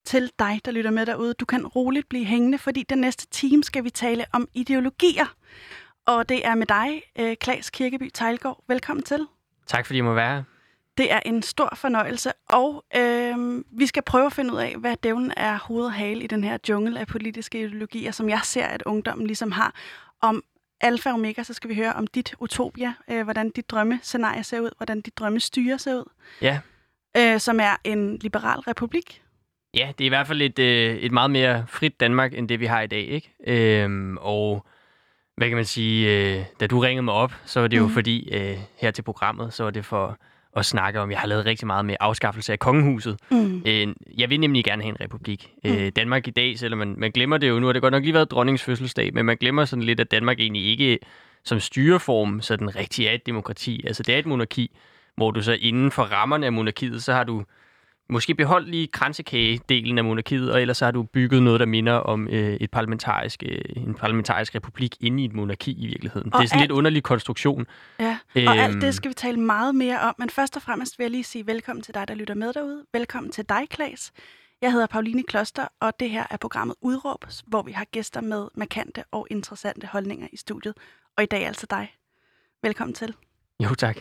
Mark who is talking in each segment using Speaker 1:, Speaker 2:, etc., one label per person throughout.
Speaker 1: til dig, der lytter med derude. Du kan roligt blive hængende, fordi den næste time skal vi tale om ideologier. Og det er med dig, Claes Kirkeby Teilgaard. Velkommen til.
Speaker 2: Tak fordi jeg må være her.
Speaker 1: Det er en stor fornøjelse, og vi skal prøve at finde ud af, hvad dævlen er hoved og hale i den her jungle af politiske ideologier, som jeg ser, at ungdommen ligesom har. Om alfa og omega, så skal vi høre om dit utopia, hvordan dit drømmescenarie ser ud, hvordan dit drømmestyre ser ud.
Speaker 2: Ja.
Speaker 1: Som er en liberal republik.
Speaker 2: Ja, det er i hvert fald et meget mere frit Danmark, end det vi har i dag, ikke? Og hvad kan man sige, da du ringede mig op, så var det jo fordi, her til programmet, så var det for at snakke om, jeg har lavet rigtig meget med afskaffelse af kongehuset. Jeg vil nemlig gerne have en republik. Danmark i dag, selvom man glemmer det jo, nu har det godt nok lige været dronningens fødselsdag, men man glemmer sådan lidt, at Danmark egentlig ikke som styreform sådan rigtig er et demokrati. Altså det er et monarki, hvor du så inden for rammerne af monarkiet, så har du måske beholdt lige kransekagedelen af monarkiet, og ellers så har du bygget noget, der minder om en parlamentarisk republik inde i et monarki i virkeligheden. Det er sådan en lidt underlig konstruktion.
Speaker 1: Ja, og alt det skal vi tale meget mere om, men først og fremmest vil jeg lige sige velkommen til dig, der lytter med derude. Velkommen til dig, Claes. Jeg hedder Pauline Kloster, og det her er programmet Udråb, hvor vi har gæster med markante og interessante holdninger i studiet. Og i dag altså dig. Velkommen til.
Speaker 2: Jo, tak.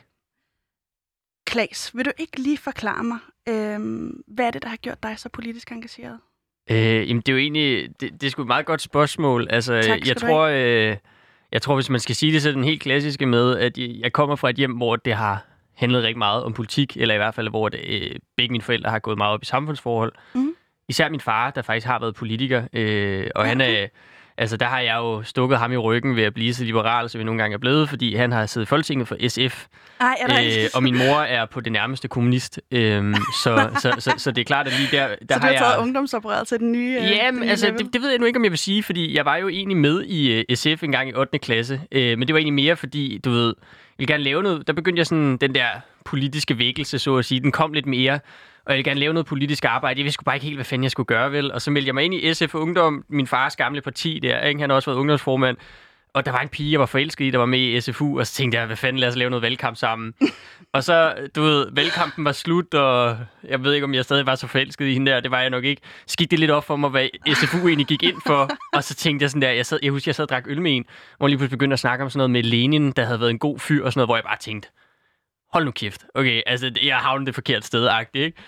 Speaker 1: Claes, vil du ikke lige forklare mig, hvad er det, der har gjort dig så politisk engageret?
Speaker 2: Jamen, det er jo egentlig, det er sgu et meget godt spørgsmål. Altså, jeg tror, hvis man skal sige det, så er den helt klassiske med, at jeg kommer fra et hjem, hvor det har handlet rigtig meget om politik, eller i hvert fald, hvor begge mine forældre har gået meget op i samfundsforhold. Især min far, der faktisk har været politiker, og han er... Altså, der har jeg jo stukket ham i ryggen ved at blive så liberal, som vi nogle gange er blevet, fordi han har siddet i Folketinget for SF. Og min mor er på det nærmeste kommunist. Så det er klart, at lige der
Speaker 1: så
Speaker 2: har jeg...
Speaker 1: Så du har taget ungdomsoprøret til den nye...
Speaker 2: Jamen, altså, det ved jeg nu ikke, om jeg vil sige, fordi jeg var jo egentlig med i SF engang i 8. klasse. Men det var egentlig mere, fordi, du ved, jeg ville gerne lave noget. Der begyndte jeg sådan, den der politiske vækkelse, så at sige, den kom lidt mere... Og jeg ville gerne lave noget politisk arbejde. Jeg vidste bare ikke helt, hvad fanden jeg skulle gøre, vel? Og så meldte jeg mig ind i SF Ungdom, min fars gamle parti der, ikke? Han har også været ungdomsformand. Og der var en pige, jeg var forelsket i, der var med i SFU, og så tænkte jeg, hvad fanden, lad os lave noget valgkamp sammen. Og så, du ved, valgkampen var slut, og jeg ved ikke, om jeg stadig var så forelsket i hende der, det var jeg nok ikke. Så gik det lidt op for mig, hvad SFU egentlig gik ind for, og så tænkte jeg sådan der, jeg husker, jeg sad og drak øl med en, hvor jeg lige pludselig begyndte at snakke om sådan noget med Lenin, der havde været en god fyr og sådan noget, hvor jeg bare tænkte, hold nu kæft. Okay, altså, jeg havnede det forkerte sted-agtigt, ikke?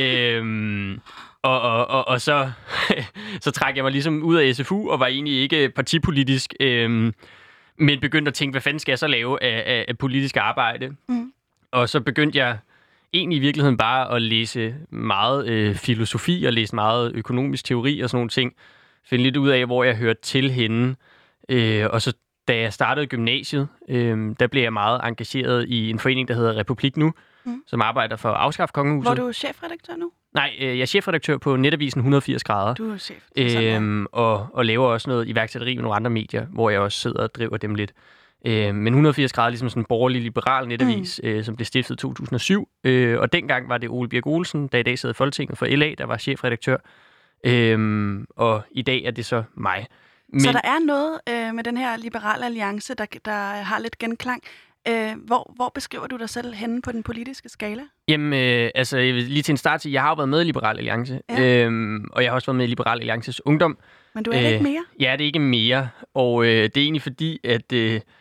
Speaker 2: Og så, så trak jeg mig ligesom ud af SFU, og var egentlig ikke partipolitisk, men begyndte at tænke, hvad fanden skal jeg så lave af politisk arbejde? Og så begyndte jeg egentlig i virkeligheden bare at læse meget filosofi, og læse meget økonomisk teori og sådan nogle ting. Finde lidt ud af, hvor jeg hørte til henne. Og så da jeg startede gymnasiet, der blev jeg meget engageret i en forening, der hedder Republik Nu, som arbejder for at afskaffe kongehuset.
Speaker 1: Hvor er du chefredaktør nu?
Speaker 2: Nej, jeg er chefredaktør på Netavisen 180 grader.
Speaker 1: Du er chef.
Speaker 2: Og laver også noget iværksætteri med nogle andre medier, hvor jeg også sidder og driver dem lidt. Men 180 grader er ligesom sådan en borgerlig liberal netavis, som blev stiftet i 2007. Og dengang var det Ole Birk Olesen, der i dag sidder i Folketinget for LA, der var chefredaktør. Og i dag er det så mig.
Speaker 1: Så der er noget med den her liberale alliance, der har lidt genklang. Hvor beskriver du dig selv henne på den politiske skala?
Speaker 2: Jamen, altså, jeg vil lige til en start sige, jeg har jo været med i Liberal Alliance, og jeg har også været med i Liberal Alliances Ungdom.
Speaker 1: Men du er det ikke mere?
Speaker 2: Ja, det er ikke mere, og det er egentlig fordi, at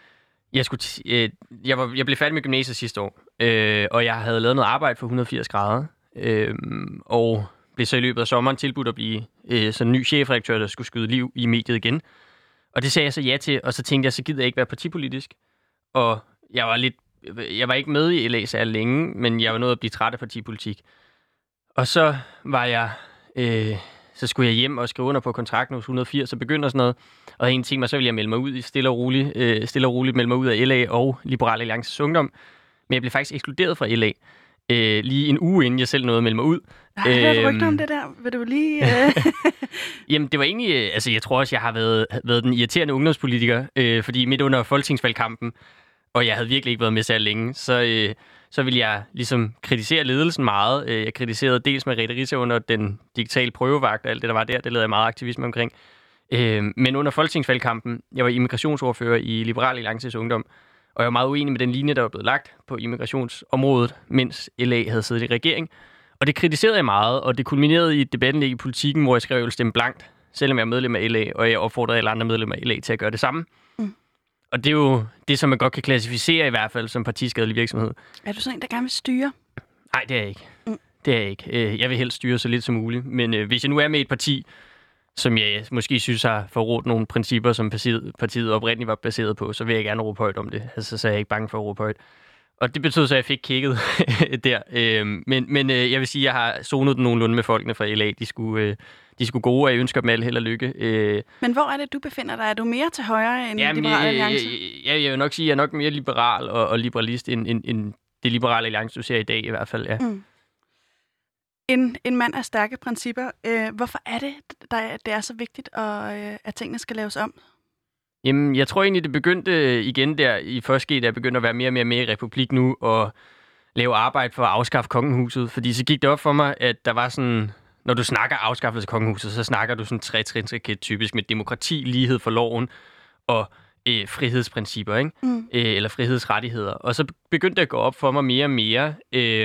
Speaker 2: jeg blev færdig med gymnasiet sidste år, og jeg havde lavet noget arbejde for 180 grader, og blev så i løbet af sommeren tilbudt at blive sådan en ny chefredaktør, der skulle skyde liv i mediet igen. Og det sagde jeg så ja til, og så tænkte jeg, så gider jeg ikke være partipolitisk. Og jeg var ikke med i LA så længe, men jeg var nået at blive træt af partipolitik. Og så var jeg, så skulle jeg hjem og skrive under på kontrakten hos 180 og begynde og sådan noget. Og en ting, så ville jeg melde mig ud i stille og roligt melde mig ud af LA og Liberal Alliances Ungdom. Men jeg blev faktisk ekskluderet fra LA. Lige en uge inden jeg selv nåede at melde mig ud.
Speaker 1: Har du hørt rygter om det der? Vil du lige...
Speaker 2: Jamen, det var egentlig... Altså, jeg tror også, jeg har været den irriterende ungdomspolitiker, fordi midt under folketingsvalgkampen, og jeg havde virkelig ikke været med så længe, så ville jeg ligesom kritisere ledelsen meget. Jeg kritiserede dels med Merete Riisager under den digitale prøvevagt og alt det, der var der. Det lavede jeg meget aktivisme omkring. Men under folketingsvalgkampen, jeg var immigrationsordfører i Liberal Alliances Ungdom, og jeg var meget uenig med den linje, der var blevet lagt på immigrationsområdet, mens LA havde siddet i regering. Og det kritiserede jeg meget, og det kulminerede i et debatindlæg i Politikken, hvor jeg skrev, at jeg ville stemme blankt, selvom jeg er medlem af LA, og jeg opfordrede alle andre medlemmer af LA til at gøre det samme. Og det er jo det, som man godt kan klassificere i hvert fald som partiskadelig virksomhed.
Speaker 1: Er du sådan en, der gerne vil styre?
Speaker 2: Nej, det er jeg ikke. Det er jeg ikke. Jeg vil helst styre så lidt som muligt. Men hvis jeg nu er med i et parti, som jeg måske synes har forrådt nogle principper, som partiet oprindeligt var baseret på, så vil jeg gerne råbe højt om det. Altså, så er jeg ikke bange for at råbe højt. Og det betød så, at jeg fik kigget der. Men jeg vil sige, at jeg har zonet nogenlunde med folkene fra LA. De skulle gode, og jeg ønsker dem alle held og lykke.
Speaker 1: Men hvor er det, du befinder dig? Er du mere til højre end Liberal Alliance?
Speaker 2: Jeg vil nok sige, at jeg er nok mere liberal og liberalist end det liberale alliance, du ser i dag i hvert fald, ja.
Speaker 1: En mand af stærke principper. Hvorfor er det er så vigtigt, at tingene skal laves om?
Speaker 2: Jamen, jeg tror egentlig, det begyndte igen der i første da jeg begyndte at være mere og mere med i Republik Nu og lave arbejde for at afskaffe kongehuset. Fordi så gik det op for mig, at der var sådan, når du snakker afskaffelse af kongehuset, så snakker du sådan tre-trinsraket typisk med demokrati, lighed for loven og frihedsprincipper, ikke? Eller frihedsrettigheder. Og så begyndte det at gå op for mig mere og mere,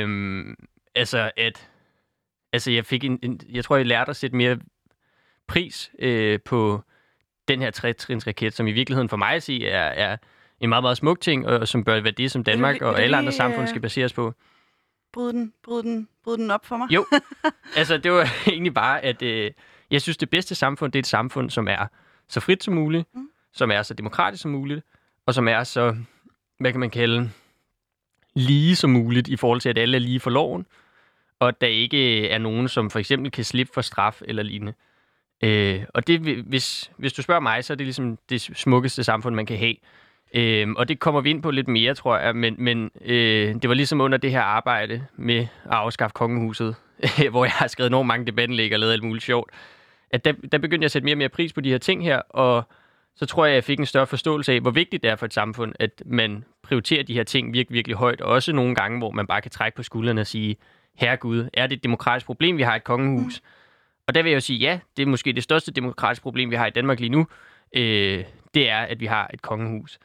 Speaker 2: jeg fik jeg tror, jeg lærte at sætte mere pris på den her tre-trinsraket, som i virkeligheden for mig at sige er en meget, meget smuk ting, og som bør være det, som Danmark og alle andre samfund skal baseres på.
Speaker 1: Bryd den op for mig.
Speaker 2: Jo, altså det var egentlig bare, at jeg synes, det bedste samfund, det er et samfund, som er så frit som muligt, som er så demokratisk som muligt, og som er så, hvad kan man kalde, lige som muligt i forhold til, at alle er lige for loven, og at der ikke er nogen, som for eksempel kan slippe for straf eller lignende. Og det, hvis du spørger mig, så er det ligesom det smukkeste samfund, man kan have. Og det kommer vi ind på lidt mere, tror jeg, men det var ligesom under det her arbejde med at afskaffe kongehuset, hvor jeg har skrevet enormt mange debatindlæg og lavet alt muligt sjovt, at der begyndte jeg at sætte mere og mere pris på de her ting her, og så tror jeg fik en større forståelse af, hvor vigtigt det er for et samfund, at man prioriterer de her ting virkelig, virkelig højt, og også nogle gange, hvor man bare kan trække på skuldrene og sige, herregud, er det et demokratisk problem, vi har et kongehus? Og der vil jeg jo sige, ja, det er måske det største demokratiske problem, vi har i Danmark lige nu, det er, at vi har et kongehus.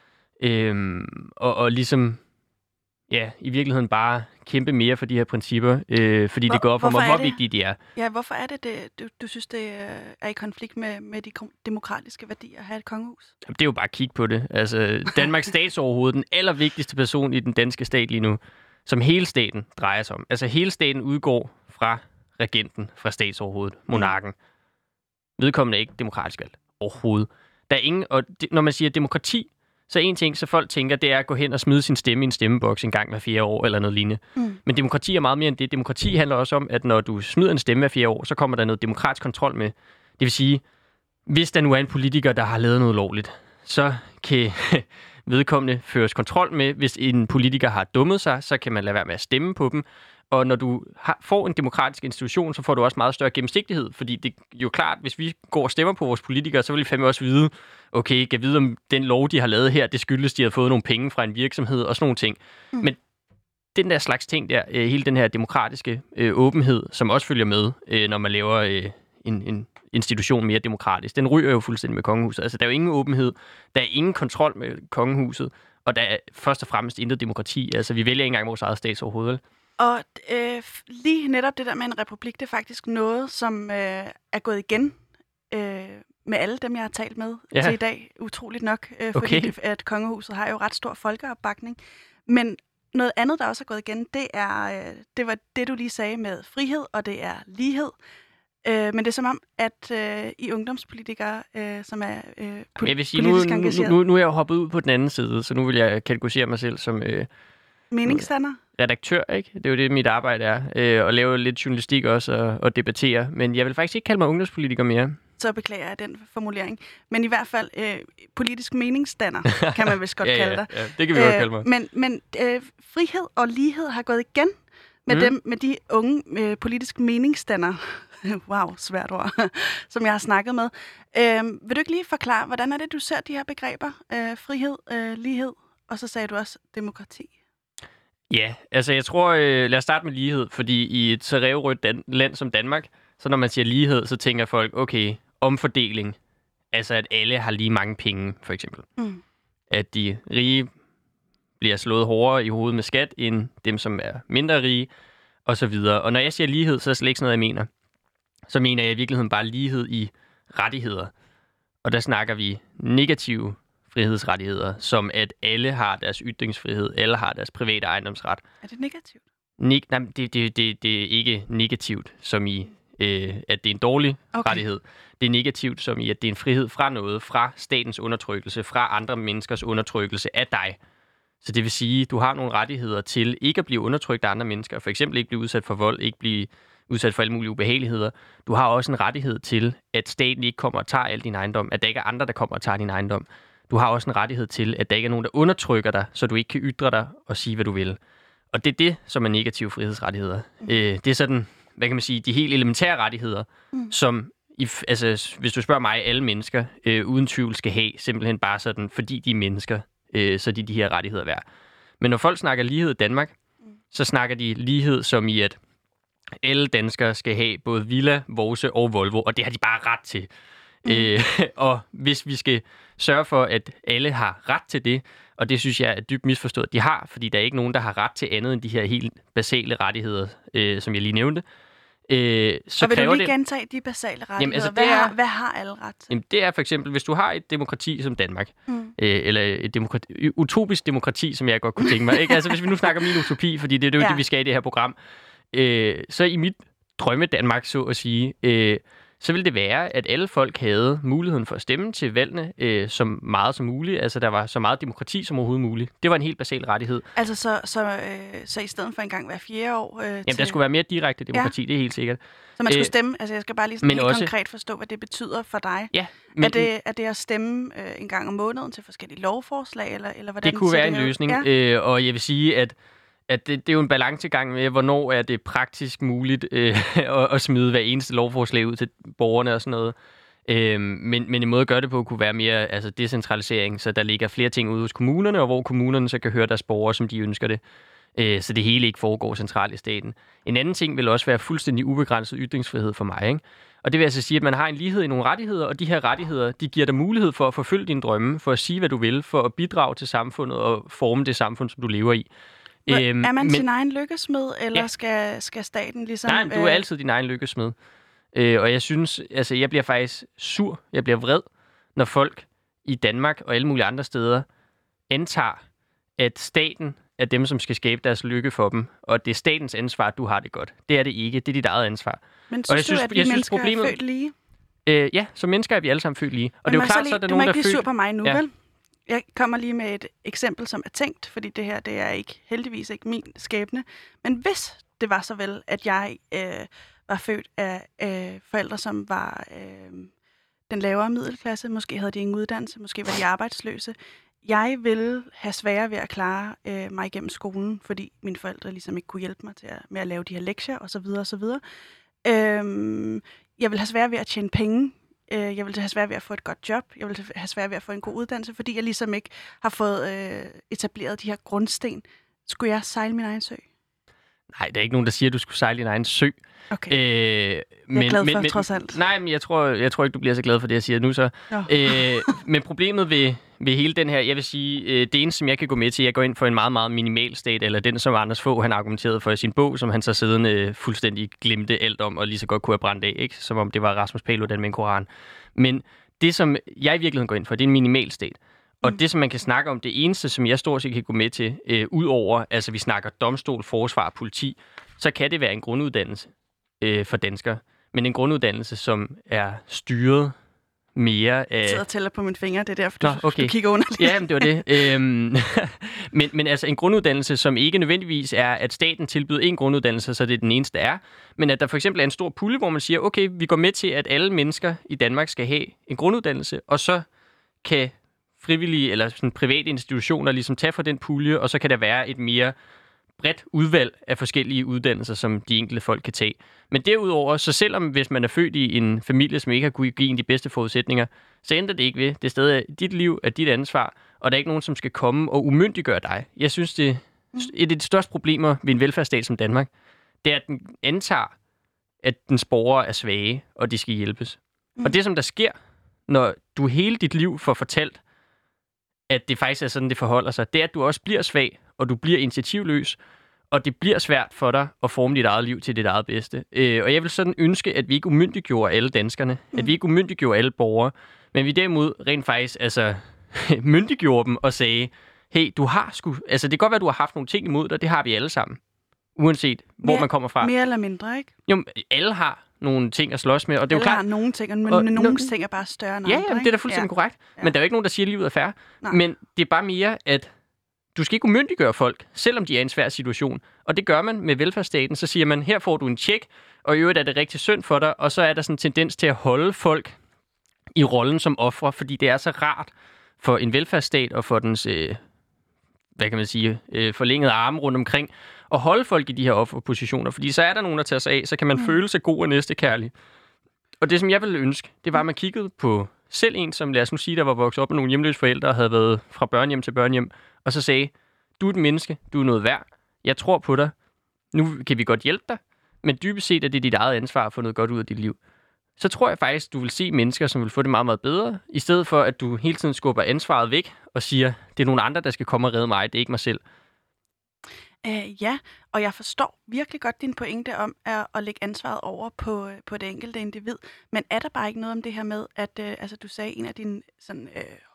Speaker 2: Og ligesom, ja, i virkeligheden bare kæmpe mere for de her principper, fordi det går op for mig, hvor vigtige de er.
Speaker 1: Ja, hvorfor er det du synes, det er i konflikt med de demokratiske værdier at have et kongehus?
Speaker 2: Det er jo bare at kigge på det. Altså, Danmarks statsoverhoved, den allervigtigste person i den danske stat lige nu, som hele staten drejer sig om. Altså, hele staten udgår fra regenten, fra statsoverhovedet, monarken. Vedkommende er ikke demokratisk valgt overhovedet. Der er ingen, og når man siger demokrati, så en ting, så folk tænker, det er at gå hen og smide sin stemme i en stemmeboks en gang hver 4 år, eller noget lignende. Men demokrati er meget mere end det. Demokrati handler også om, at når du smider en stemme hver 4 år, så kommer der noget demokratisk kontrol med. Det vil sige, hvis der nu er en politiker, der har lavet noget lovligt, så kan vedkommende føres kontrol med. Hvis en politiker har dummet sig, så kan man lade være med at stemme på dem. Og når du får en demokratisk institution, så får du også meget større gennemsigtighed, fordi det er jo klart, hvis vi går og stemmer på vores politikere, så vil vi fandme også vide, okay, kan vide, om den lov, de har lavet her, det skyldes, de har fået nogle penge fra en virksomhed og sådan nogle ting. Men den der slags ting der, hele den her demokratiske åbenhed, som også følger med, når man laver en institution mere demokratisk, den ryger jo fuldstændig med kongehuset. Altså, der er jo ingen åbenhed, der er ingen kontrol med kongehuset, og der er først og fremmest intet demokrati. Altså, vi vælger ikke engang vores eget statsoverhovedet.
Speaker 1: Og lige netop det der med en republik, det er faktisk noget, som er gået igen med alle dem, jeg har talt med til i dag. Utroligt nok, fordi at kongehuset har jo ret stor folkeopbakning. Men noget andet, der også er gået igen, det var det, du lige sagde med frihed, og det er lighed. Men det er som om, at I ungdomspolitikere, som er politisk engageret...
Speaker 2: Nu er jeg jo hoppet ud på den anden side, så nu vil jeg kategorisere mig selv som...
Speaker 1: meningsstander?
Speaker 2: Redaktør, ikke? Det er jo det, mit arbejde er. At lave lidt journalistik også og debattere. Men jeg vil faktisk ikke kalde mig ungdomspolitiker mere.
Speaker 1: Så beklager jeg den formulering. Men i hvert fald politisk meningsstander, kan man vist godt kalde dig.
Speaker 2: Ja, det kan vi godt kalde mig.
Speaker 1: Men frihed og lighed har gået igen med de unge politiske meningsstander. Wow, svært ord, som jeg har snakket med. Vil du ikke lige forklare, hvordan er det, du ser de her begreber? Frihed, lighed, og så sagde du også demokrati.
Speaker 2: Ja, altså jeg tror, lad os starte med lighed, fordi i et så ræverødt land som Danmark, så når man siger lighed, så tænker folk, okay, omfordeling, altså at alle har lige mange penge, for eksempel. At de rige bliver slået hårdere i hovedet med skat, end dem, som er mindre rige, og så videre. Og når jeg siger lighed, så er det slet ikke sådan noget, jeg mener. Så mener jeg i virkeligheden bare lighed i rettigheder. Og der snakker vi negative frihedsrettigheder, som at alle har deres ytringsfrihed, alle har deres private ejendomsret.
Speaker 1: Er det negativt?
Speaker 2: Nej, det er ikke negativt, som i, at det er en dårlig rettighed. Det er negativt, som i, at det er en frihed fra noget, fra statens undertrykkelse, fra andre menneskers undertrykkelse af dig. Så det vil sige, at du har nogle rettigheder til ikke at blive undertrykt af andre mennesker, for eksempel ikke blive udsat for vold, ikke blive udsat for alle mulige ubehageligheder. Du har også en rettighed til, at staten ikke kommer og tager al din ejendom, at der ikke er andre, der kommer og tager din ejendom. Du har også en rettighed til, at der ikke er nogen, der undertrykker dig, så du ikke kan ytre dig og sige, hvad du vil. Og det er det, som er negative frihedsrettigheder. Det er sådan, hvad kan man sige, de helt elementære rettigheder, som, hvis du spørger mig, alle mennesker uden tvivl skal have, simpelthen bare sådan, fordi de er mennesker, så de her rettigheder værd. Men når folk snakker lighed i Danmark, så snakker de lighed som i, at alle danskere skal have både villa, Vorse og Volvo, og det har de bare ret til. Og hvis vi skal sørge for, at alle har ret til det, og det synes jeg er dybt misforstået, de har, fordi der er ikke nogen, der har ret til andet end de her helt basale rettigheder, som jeg lige nævnte.
Speaker 1: Så og vil du lige gentage de basale rettigheder? Jamen, altså, hvad har alle ret til?
Speaker 2: Jamen, det er for eksempel, hvis du har et demokrati som Danmark, eller et utopisk demokrati, som jeg godt kunne tænke mig. Ikke? Altså, hvis vi nu snakker min utopi, fordi det er jo det, vi skal i det her program, så i mit drømme Danmark, så at sige, så ville det være, at alle folk havde muligheden for at stemme til valgene så meget som muligt. Altså, der var så meget demokrati som overhovedet muligt. Det var en helt basal rettighed.
Speaker 1: Altså, så i stedet for engang hver 4 år...
Speaker 2: Jamen, der skulle være mere direkte demokrati, det er helt sikkert.
Speaker 1: Så man skulle stemme... Altså, jeg skal bare lige sådan helt konkret forstå, hvad det betyder for dig.
Speaker 2: Ja.
Speaker 1: Men, er det at stemme en gang om måneden til forskellige lovforslag, eller hvordan
Speaker 2: det kunne være en løsning. Ja. Og jeg vil sige, at det er jo en balancegang med, hvornår er det praktisk muligt at smide hver eneste lovforslag ud til borgerne og sådan noget. Men en måde at gøre det på kunne være mere decentralisering, så der ligger flere ting ude hos kommunerne, og hvor kommunerne så kan høre deres borgere, som de ønsker det. Så det hele ikke foregår centralt i staten. En anden ting vil også være fuldstændig ubegrænset ytringsfrihed for mig, ikke? Og det vil altså sige, at man har en lighed i nogle rettigheder, og de her rettigheder, de giver dig mulighed for at forfølge dine drømme, for at sige, hvad du vil, for at bidrage til samfundet og forme det samfund, som du lever i.
Speaker 1: Er man sin egen lykkesmed, eller skal staten ligesom...
Speaker 2: Nej, du er altid din egen lykkesmed. Og jeg synes, jeg bliver faktisk sur, jeg bliver vred, når folk i Danmark og alle mulige andre steder antager, at staten er dem, som skal skabe deres lykke for dem, og det er statens ansvar, at du har det godt. Det er det ikke, det er dit eget ansvar.
Speaker 1: Men synes du, at vi mennesker er født lige?
Speaker 2: Ja, som mennesker er vi alle sammen født lige. Og det er jo klart, så er der nogen, der er født...
Speaker 1: Du må ikke blive sur på mig nu, vel? Jeg kommer lige med et eksempel, som er tænkt, fordi det her, det er ikke heldigvis ikke min skæbne. Men hvis det var så vel, at jeg var født af forældre, som var den lavere middelklasse, måske havde de ingen uddannelse, måske var de arbejdsløse, jeg ville have sværere ved at klare mig igennem skolen, fordi mine forældre ligesom ikke kunne hjælpe mig med at lave de her lektier osv. osv. Jeg ville have sværere ved at tjene penge. Jeg ville have svært ved at få et godt job. Jeg ville have svært ved at få en god uddannelse, fordi jeg ligesom ikke har fået etableret de her grundsten. Skulle jeg sejle min egen sø?
Speaker 2: Nej, der er ikke nogen, der siger, at du skulle sejle din egen sø.
Speaker 1: Okay. Jeg er glad for, trods alt.
Speaker 2: Nej, men jeg tror ikke, du bliver så glad for det, jeg siger nu så. Men problemet ved hele den her, jeg vil sige, det eneste, som jeg kan gå med til, jeg går ind for en meget, meget minimal stat, eller den, som Anders Fogh, han argumenterede for i sin bog, som han så siden fuldstændig glemte alt om, og lige så godt kunne have brændt af, ikke? Som om det var Rasmus Paludan med en koran. Men det, som jeg i virkeligheden går ind for, det er en minimal stat. Og det, som man kan snakke om, det eneste, som jeg stort set kan gå med til, udover, altså vi snakker domstol, forsvar og politi, så kan det være en grunduddannelse for danskere. Men en grunduddannelse, som er styret mere af...
Speaker 1: Jeg sidder og tæller på mine fingre, det er derfor, du kigger underligt.
Speaker 2: Ja, men det var det. Men altså en grunduddannelse, som ikke nødvendigvis er, at staten tilbyder en grunduddannelse, så det er den eneste, der er. Men at der for eksempel er en stor pulje, hvor man siger, okay, vi går med til, at alle mennesker i Danmark skal have en grunduddannelse, og så kan frivillige eller sådan private institutioner ligesom tage fra den pulje, og så kan der være et mere bredt udvalg af forskellige uddannelser, som de enkelte folk kan tage. Men derudover, så selvom hvis man er født i en familie, som ikke har kunnet give en de bedste forudsætninger, så ændrer det ikke ved. Det er stadig dit liv, er dit ansvar, og der er ikke nogen, som skal komme og umyndiggøre dig. Jeg synes, det et af de største problemer ved en velfærdsstat som Danmark, det er, at den antager, at dens borgere er svage, og de skal hjælpes. Og det, som der sker, når du hele dit liv får fortalt, at det faktisk er sådan, det forholder sig, det er, at du også bliver svag, og du bliver initiativløs, og det bliver svært for dig at forme dit eget liv til dit eget bedste. Og jeg vil sådan ønske, at vi ikke umyndiggjorde alle danskerne, at vi ikke umyndiggjorde alle borgere, men vi derimod rent faktisk myndiggjorde dem og sagde, hey, du har sgu... Altså, det kan godt være, at du har haft nogle ting imod dig, det har vi alle sammen. Uanset, hvor man kommer fra.
Speaker 1: Mere eller mindre, ikke?
Speaker 2: Jo, alle har nogle ting at slås med, og det er jo klart...
Speaker 1: Alle har nogle ting, men nogle ting er bare større end andre,
Speaker 2: Ja, det er da fuldstændig korrekt.
Speaker 1: Ja.
Speaker 2: Men der er jo ikke nogen, der siger, at livet er fair.
Speaker 1: Nej.
Speaker 2: Men det er bare mere, at du skal ikke umyndiggøre folk, selvom de er i en svær situation. Og det gør man med velfærdsstaten. Så siger man, her får du en check, og i øvrigt er det rigtig synd for dig, og så er der sådan en tendens til at holde folk i rollen som ofre, fordi det er så rart for en velfærdsstat og for dens, forlængede arme rundt omkring, at holde folk i de her offerpositioner. Fordi så er der nogen, der tager sig af, så kan man føle sig god og næstekærlig. Og det, som jeg ville ønske, det var, at man kiggede på selv en, som lad os nu sige, der var vokset op med nogle hjemløse forældre og havde været fra børnehjem til børnehjem, og så sagde, du er et menneske, du er noget værd, jeg tror på dig, nu kan vi godt hjælpe dig, men dybest set er det dit eget ansvar at få noget godt ud af dit liv. Så tror jeg faktisk, du vil se mennesker, som vil få det meget, meget bedre, i stedet for, at du hele tiden skubber ansvaret væk og siger, det er nogle andre, der skal komme og redde mig, det er ikke mig selv.
Speaker 1: Ja, og jeg forstår virkelig godt din pointe om at lægge ansvaret over på det enkelte individ. Men er der ikke noget om det her med, at du sagde, en af dine sådan,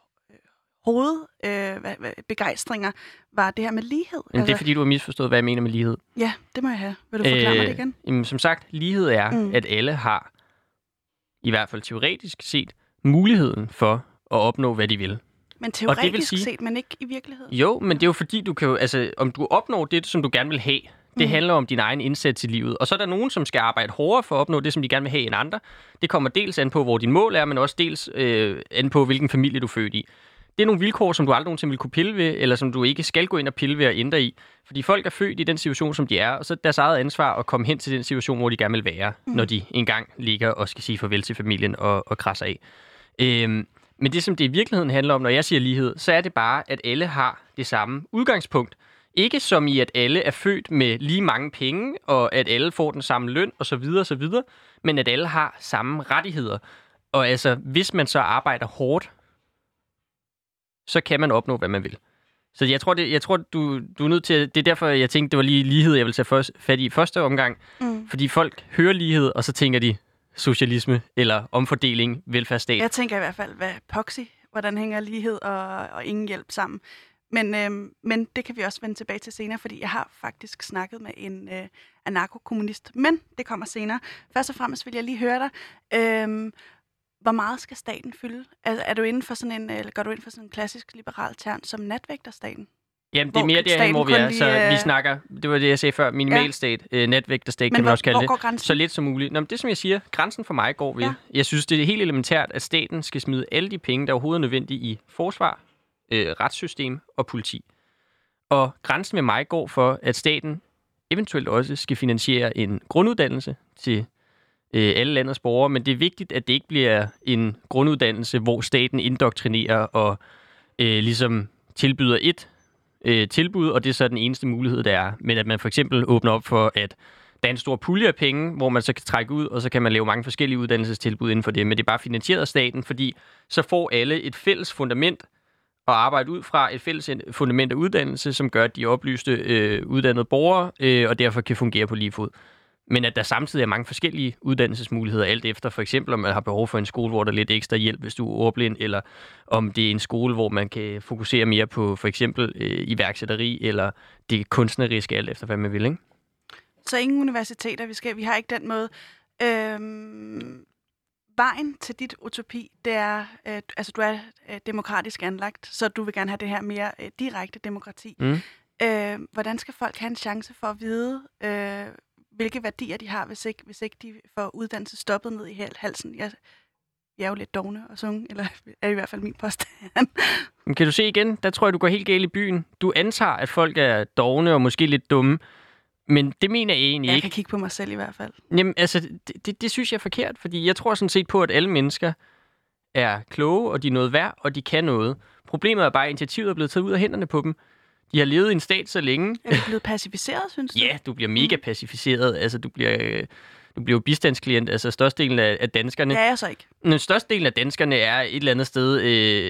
Speaker 1: hovedbegejstringer var det her med lighed?
Speaker 2: Men det er fordi, du har misforstået, hvad jeg mener med lighed.
Speaker 1: Ja, det må jeg have. Vil du forklare mig det igen?
Speaker 2: Jamen, som sagt, lighed er, at alle har, i hvert fald teoretisk set, muligheden for at opnå, hvad de vil.
Speaker 1: Men teoretisk set, men ikke i virkeligheden?
Speaker 2: Jo, men det er jo fordi, du kan jo, om du opnår det, som du gerne vil have, det handler om din egen indsats i livet. Og så er der nogen, som skal arbejde hårdere for at opnå det, som de gerne vil have end andre. Det kommer dels an på, hvor din mål er, men også dels an på, hvilken familie du er født i. Det er nogle vilkår, som du aldrig nogensinde vil kunne pille ved, eller som du ikke skal gå ind og pille ved og ændre i. Fordi folk er født i den situation, som de er, og så er det deres eget ansvar at komme hen til den situation, hvor de gerne vil være, når de engang ligger og skal sige farvel til familien og krasser af. Men det, som det i virkeligheden handler om, når jeg siger lighed, så er det bare, at alle har det samme udgangspunkt. Ikke som i, at alle er født med lige mange penge, og at alle får den samme løn, osv., men at alle har samme rettigheder. Og hvis man så arbejder hårdt, så kan man opnå, hvad man vil. Så jeg tror, du er nødt til... Det er derfor, jeg tænkte, det var lige lighed, jeg vil tage fat i første omgang. Fordi folk hører lighed, og så tænker de socialisme eller omfordeling, velfærdsstat.
Speaker 1: Jeg tænker i hvert fald, hvordan hænger lighed og ingen hjælp sammen. Men det kan vi også vende tilbage til senere, fordi jeg har faktisk snakket med en anarkokommunist. Men det kommer senere. Først og fremmest vil jeg lige høre dig. Hvor meget skal staten fylde? Er du inden for går du ind for sådan en klassisk liberal term som natvægterstaten?
Speaker 2: Jamen, det er mere derhen, hvor vi er. Så vi snakker, det var det, jeg sagde før, minimalstat, natvægterstat, kan man også kalde det. Så lidt som muligt. Nå, men det, som jeg siger, grænsen for mig går ved. Ja. Jeg synes, det er helt elementært, at staten skal smide alle de penge, der overhovedet er nødvendige i forsvar, retssystem og politi. Og grænsen med mig går for, at staten eventuelt også skal finansiere en grunduddannelse til alle landets borgere, men det er vigtigt, at det ikke bliver en grunduddannelse, hvor staten indoktrinerer og ligesom tilbyder et tilbud, og det er så den eneste mulighed, der er. Men at man for eksempel åbner op for, at der er en stor pulje af penge, hvor man så kan trække ud, og så kan man lave mange forskellige uddannelsestilbud inden for det. Men det er bare finansieret af staten, fordi så får alle et fælles fundament at arbejde ud fra, et fælles fundament af uddannelse, som gør, at de oplyste uddannede borgere, og derfor kan fungere på lige fod. Men at der samtidig er mange forskellige uddannelsesmuligheder, alt efter for eksempel, om man har behov for en skole, hvor der er lidt ekstra hjælp, hvis du er ordblind, eller om det er en skole, hvor man kan fokusere mere på for eksempel iværksætteri, eller det kunstneriske, alt efter hvad man vil, ikke?
Speaker 1: Så ingen universiteter, vi har ikke den måde. Vejen til dit utopi, det er, du er demokratisk anlagt, så du vil gerne have det her mere direkte demokrati. Hvordan skal folk have en chance for at vide, hvilke værdier de har, hvis ikke de får uddannelse stoppet ned i halsen? Jeg er jo lidt dovne og sunge, eller er i hvert fald min påstand.
Speaker 2: Kan du se igen? Der tror jeg, du går helt galt i byen. Du antager, at folk er dovne og måske lidt dumme, men det mener jeg egentlig ikke.
Speaker 1: Jeg kan kigge på mig selv i hvert fald.
Speaker 2: Jamen, det synes jeg er forkert, fordi jeg tror sådan set på, at alle mennesker er kloge, og de er noget værd, og de kan noget. Problemet er bare, at initiativet er blevet taget ud af hænderne på dem. De har levet i en stat så længe.
Speaker 1: Er du blevet pacificeret, synes du?
Speaker 2: Ja, du bliver mega pacificeret. Altså, det du bliver bistandsklient, altså størstedelen af danskerne.
Speaker 1: Det er jeg så ikke.
Speaker 2: Den størstedelen af danskerne er et eller andet sted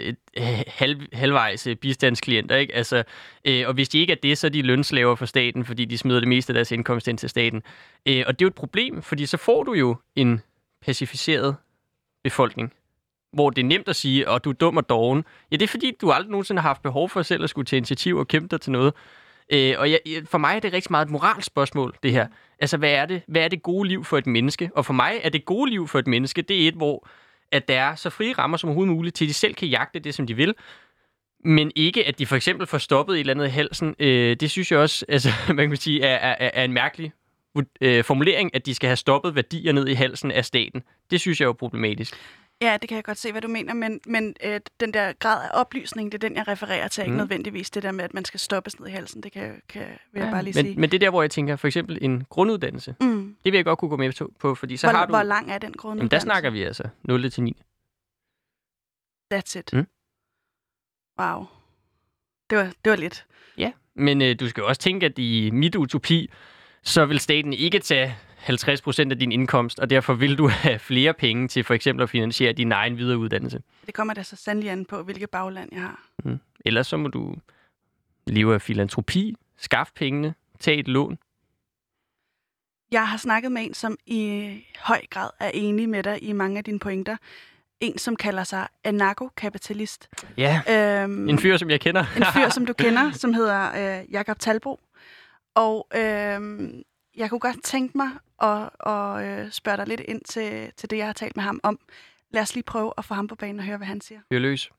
Speaker 2: halvvejs bistandsklienter, ikke? Altså, og hvis de ikke er det, så er de lønslaver for staten, fordi de smider det meste af deres indkomst ind til staten. Og det er jo et problem, fordi så får du jo en pacificeret befolkning, hvor det er nemt at sige, at du er dum og doven. Ja, det er fordi, du aldrig nogensinde har haft behov for selv at skulle tage initiativ og kæmpe dig til noget. Og for mig er det rigtig meget et moralspørgsmål, det her. Altså, hvad er det gode liv for et menneske? Og for mig er det gode liv for et menneske, det er et, hvor at der er så frie rammer som overhovedet muligt, til de selv kan jagte det, som de vil. Men ikke, at de for eksempel får stoppet et eller andet i halsen. Det synes jeg også, altså, man kan sige, er en mærkelig formulering, at de skal have stoppet værdier ned i halsen af staten. Det synes jeg er jo problematisk.
Speaker 1: Ja, det kan jeg godt se, hvad du mener, men den der grad af oplysning, det er den, jeg refererer til, ikke nødvendigvis det der med, at man skal stoppes ned i halsen, det vil jeg bare lige sige.
Speaker 2: Men det er der, hvor jeg tænker, for eksempel en grunduddannelse, det vil jeg godt kunne gå med på, fordi så har du...
Speaker 1: Hvor lang er den grunduddannelse?
Speaker 2: Jamen, der snakker vi altså 0. til 9.
Speaker 1: That's it. Wow. Det var lidt.
Speaker 2: Ja, men du skal jo også tænke, at i mit utopi, så vil staten ikke tage 50% af din indkomst, og derfor vil du have flere penge til for eksempel at finansiere din egen videreuddannelse. Det
Speaker 1: kommer da så sandelig an på, hvilket bagland jeg har.
Speaker 2: Ellers så må du leve af filantropi, skaffe pengene, tage et lån.
Speaker 1: Jeg har snakket med en, som i høj grad er enig med dig i mange af dine pointer. En, som kalder sig anarkokapitalist.
Speaker 2: Ja, en fyr, som jeg kender.
Speaker 1: En fyr, som du kender, som hedder Jakob Talbro. Og jeg kunne godt tænke mig at spørge dig lidt ind til det, jeg har talt med ham om. Lad os lige prøve at få ham på banen og høre, hvad han siger.
Speaker 2: Hør løs.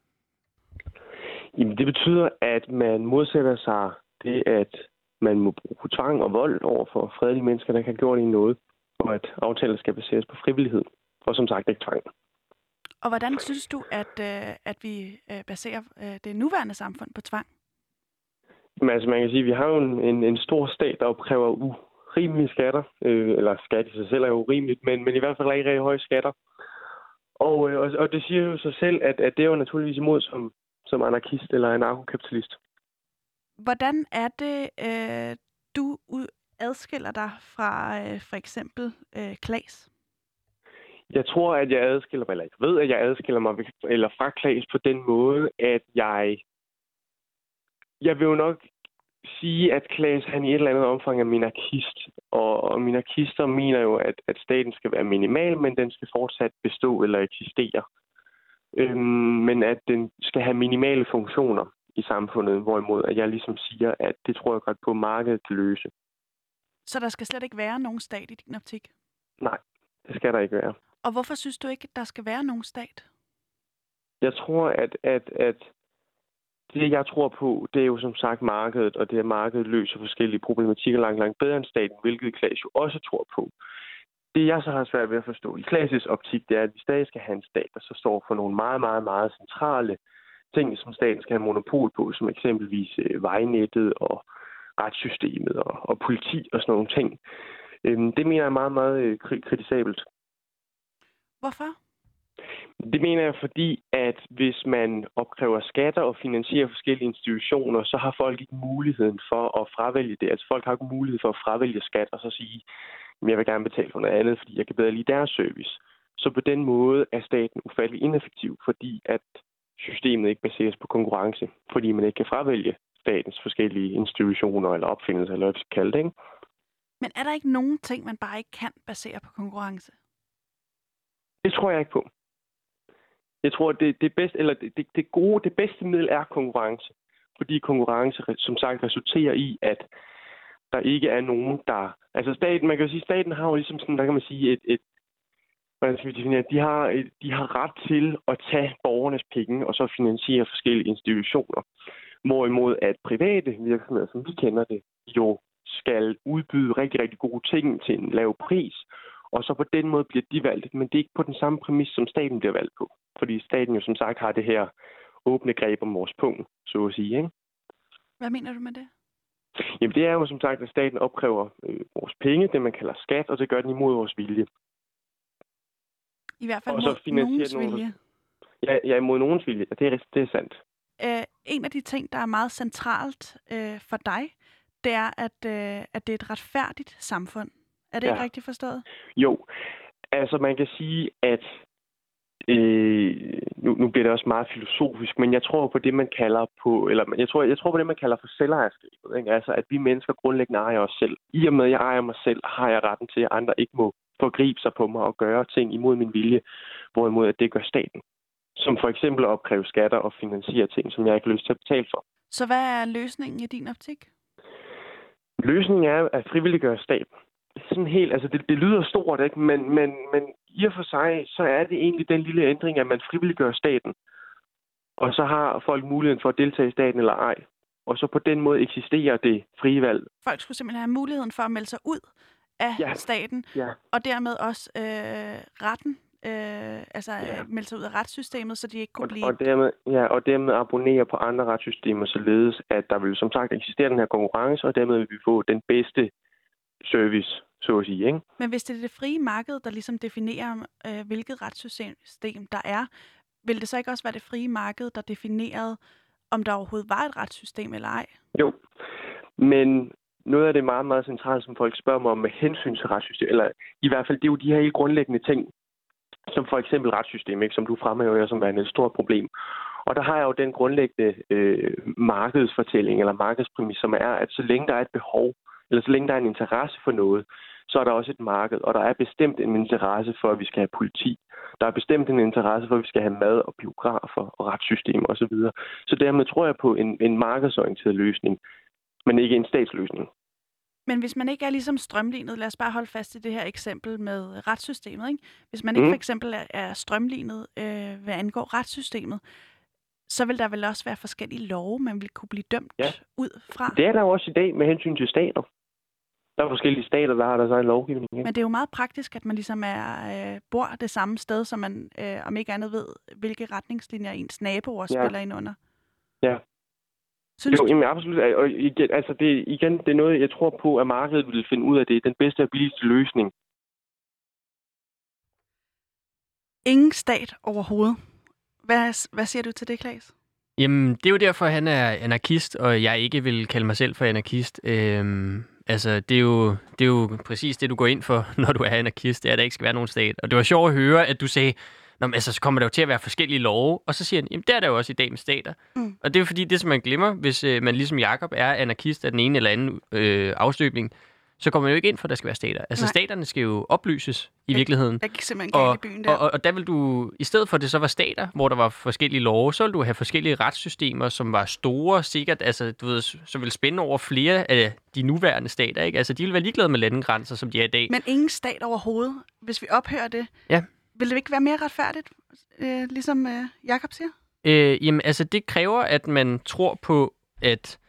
Speaker 3: Jamen, det betyder, at man modsætter sig det, at man må bruge tvang og vold over for fredelige mennesker, der ikke har gjort noget, og at aftaler skal baseres på frivillighed, og som sagt ikke tvang.
Speaker 1: Og hvordan synes du, at vi baserer det nuværende samfund på tvang?
Speaker 3: Men altså, man kan sige, at vi har jo en stor stat, der opkræver urimelige skatter. Eller skat i sig selv er jo urimeligt, men i hvert fald rigtig, rigtig høje skatter. Og det siger jo sig selv, at det er jo naturligvis imod som anarkist eller anarkokapitalist.
Speaker 1: Hvordan er det, du adskiller dig fra for eksempel Claes?
Speaker 3: Jeg tror, at jeg adskiller mig, eller jeg ved, at jeg adskiller mig eller fra Claes på den måde, at jeg vil jo nok sige, at Claes han i et eller andet omfang er minarkist. Og minarkister mener jo, at staten skal være minimal, men den skal fortsat bestå eller eksistere. Men at den skal have minimale funktioner i samfundet, hvorimod at jeg ligesom siger, at det tror jeg godt på markedet kan løse.
Speaker 1: Så der skal slet ikke være nogen stat i din optik?
Speaker 3: Nej, det skal der ikke være.
Speaker 1: Og hvorfor synes du ikke, at der skal være nogen stat?
Speaker 3: Jeg tror, at det, jeg tror på, det er jo som sagt markedet, og det er markedet løser forskellige problematikker langt bedre end staten, hvilket Claes jo også tror på. Det, jeg så har svært ved at forstå i Claes' optik, det er, at vi stadig skal have en stat, der så står for nogle meget, meget, meget centrale ting, som staten skal have monopol på, som eksempelvis vejnettet og retssystemet og politi og sådan nogle ting. Det mener jeg er meget, meget kritisabelt.
Speaker 1: Hvorfor?
Speaker 3: Det mener jeg, fordi at hvis man opkræver skatter og finansierer forskellige institutioner, så har folk ikke muligheden for at fravælge det. Altså folk har ikke mulighed for at fravælge skat og så sige, at jeg vil gerne betale for noget andet, fordi jeg kan bedre lide deres service. Så på den måde er staten ufattelig ineffektiv, fordi at systemet ikke baseres på konkurrence, fordi man ikke kan fravælge statens forskellige institutioner eller opfindelser, eller hvad vi skal kalde det, ikke?
Speaker 1: Men er der ikke nogen ting, man bare ikke kan basere på konkurrence?
Speaker 3: Det tror jeg ikke på. Jeg tror, at det bedste, eller det bedste middel er konkurrence. Fordi konkurrence, som sagt, resulterer i, at der ikke er nogen, der... Altså staten, man kan jo sige, staten har jo ligesom sådan, der kan man sige, hvordan skal vi definere, de har ret til at tage borgernes penge, og så finansiere forskellige institutioner. Hvorimod at private virksomheder, som vi kender det, jo skal udbyde rigtig, rigtig gode ting til en lav pris, og så på den måde bliver de valgt, men det er ikke på den samme præmis, som staten bliver valgt på. Fordi staten jo som sagt har det her åbne greb om vores pung, så at sige, ikke?
Speaker 1: Hvad mener du med det?
Speaker 3: Jamen det er jo som sagt, at staten opkræver vores penge, det man kalder skat, og det gør den imod vores vilje.
Speaker 1: I hvert fald mod nogens vilje?
Speaker 3: Ja, imod nogens vilje. Det er sandt.
Speaker 1: En af de ting, der er meget centralt for dig, det er, at det er et retfærdigt samfund. Er det ikke rigtigt forstået?
Speaker 3: Jo, altså man kan sige, at nu bliver det også meget filosofisk, men jeg tror på det, man kalder på det, man kalder for selvejerskabet. Ikke? Altså, at vi mennesker grundlæggende ejer os selv. I og med, at jeg ejer mig selv, har jeg retten til, at andre ikke må forgribe sig på mig og gøre ting imod min vilje, hvorimod at det gør staten. Som for eksempel at opkræve skatter og finansiere ting, som jeg ikke har lyst til at betale for.
Speaker 1: Så hvad er løsningen i din optik?
Speaker 3: Løsningen er at frivilliggøre staten. Sådan helt, altså det lyder stort, ikke? Men i og for sig, så er det egentlig den lille ændring, at man frivilliggør staten. Og så har folk muligheden for at deltage i staten eller ej. Og så på den måde eksisterer det frie valg.
Speaker 1: Folk skulle simpelthen have muligheden for at melde sig ud af staten, og dermed også retten, melde sig ud af retssystemet, så de ikke kunne blive...
Speaker 3: Og dermed abonnere på andre retssystemer, således at der vil som sagt eksistere den her konkurrence, og dermed vil vi få den bedste service, så at sige, ikke?
Speaker 1: Men hvis det er det frie marked, der ligesom definerer, hvilket retssystem der er, vil det så ikke også være det frie marked, der definerede, om der overhovedet var et retssystem eller ej?
Speaker 3: Jo, men noget af det meget, meget centralt, som folk spørger mig om med hensyn til retssystem, eller i hvert fald, det er jo de her helt grundlæggende ting, som for eksempel retssystem, ikke, som du fremhæver, som er et stort problem. Og der har jeg jo den grundlæggende markedsfortælling eller markedspræmis, som er, at så længe der er et behov, eller så længe der er en interesse for noget, så er der også et marked, og der er bestemt en interesse for, at vi skal have politi. Der er bestemt en interesse for, at vi skal have mad og biografer og retssystemer osv. Så dermed tror jeg på en markedsorienteret løsning, men ikke en statsløsning.
Speaker 1: Men hvis man ikke er ligesom strømlignet, lad os bare holde fast i det her eksempel med retssystemet, ikke? Hvis man ikke for eksempel er strømlignet, hvad angår retssystemet, så vil der vel også være forskellige love, man vil kunne blive dømt ud fra.
Speaker 3: Det er der jo også i dag med hensyn til stater. Der er forskellige stater, der har der så en lovgivning. Ikke?
Speaker 1: Men det er jo meget praktisk, at man ligesom bor det samme sted, så man om ikke andet ved, hvilke retningslinjer ens naboer spiller ind under.
Speaker 3: Ja.
Speaker 1: Synes
Speaker 3: jamen absolut. Og igen, det er noget, jeg tror på, at markedet vil finde ud af det. Den bedste og billigste løsning.
Speaker 1: Ingen stat overhovedet. Hvad siger du til det, Claes?
Speaker 2: Jamen, det er jo derfor, han er anarkist, og jeg ikke vil kalde mig selv for anarkist. Det er jo præcis det, du går ind for, når du er anarkist. Det er, at der ikke skal være nogen stat. Og det var sjovt at høre, at du sagde, så kommer der jo til at være forskellige love. Og så siger han, jamen det er der jo også i dag med stater. Og det er jo fordi, det som man glemmer, hvis man ligesom Jakob er anarkist af den ene eller anden afstøbning, så kommer man jo ikke ind for, at der skal være stater. Altså staterne skal jo oplyses i virkeligheden.
Speaker 1: Jeg gik simpelthen galt i byen der.
Speaker 2: Og der vil du, i stedet for at det så var stater, hvor der var forskellige love, så vil du have forskellige retssystemer, som var store, sikkert, altså du ved, så vil spænde over flere af de nuværende stater, ikke? Altså de vil være ligeglade med landegrænser, som de er i dag.
Speaker 1: Men ingen stat overhovedet, hvis vi ophører det.
Speaker 2: Ja.
Speaker 1: Vil det ikke være mere retfærdigt, ligesom Jakob siger?
Speaker 2: Jamen altså det kræver, at man tror på, at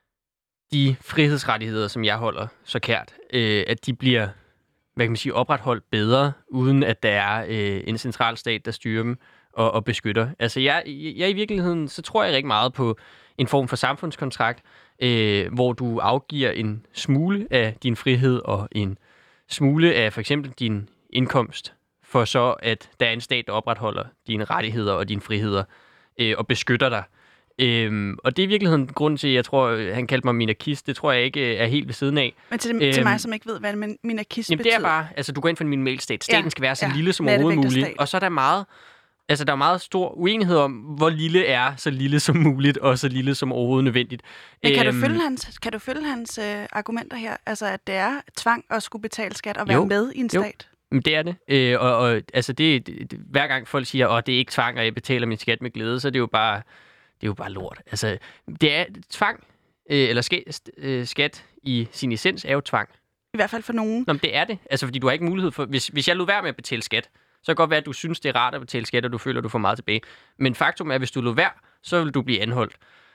Speaker 2: de frihedsrettigheder, som jeg holder så kært, at de bliver, hvad kan man sige, opretholdt bedre, uden at der er en central stat, der styrer dem og beskytter. Altså jeg i virkeligheden, så tror jeg rigtig meget på en form for samfundskontrakt, hvor du afgiver en smule af din frihed og en smule af for eksempel din indkomst, for så at der er en stat, der opretholder dine rettigheder og dine friheder og beskytter dig. Og det er i virkeligheden grunden til, at jeg tror, han kaldte mig minarkist. Det tror jeg ikke er helt ved siden af.
Speaker 1: Men til mig, som ikke ved, hvad minarkist betyder.
Speaker 2: Det er bare, altså du går ind for en minimalstat. Staten skal være så lille som overhovedet muligt. Og så er der der er meget stor uenighed om, hvor lille er så lille som muligt, og så lille som overhovedet nødvendigt.
Speaker 1: Men kan du følge hans argumenter her? Altså, at det er tvang at skulle betale skat og være med i en stat?
Speaker 2: Det er det. Altså hver gang folk siger, det er ikke tvang, og jeg betaler min skat med glæde, så er det jo bare... Det er jo bare lort. Altså, det er tvang, eller skat i sin essens er jo tvang.
Speaker 1: I hvert fald for nogen.
Speaker 2: Nå, men det er det. Altså, fordi du har ikke mulighed for... Hvis jeg lod være med at betale skat, så kan det godt være, at du synes, det er rart at betale skat, og du føler, at du får meget tilbage. Men faktum er, at hvis du lod være, så vil du blive anholdt.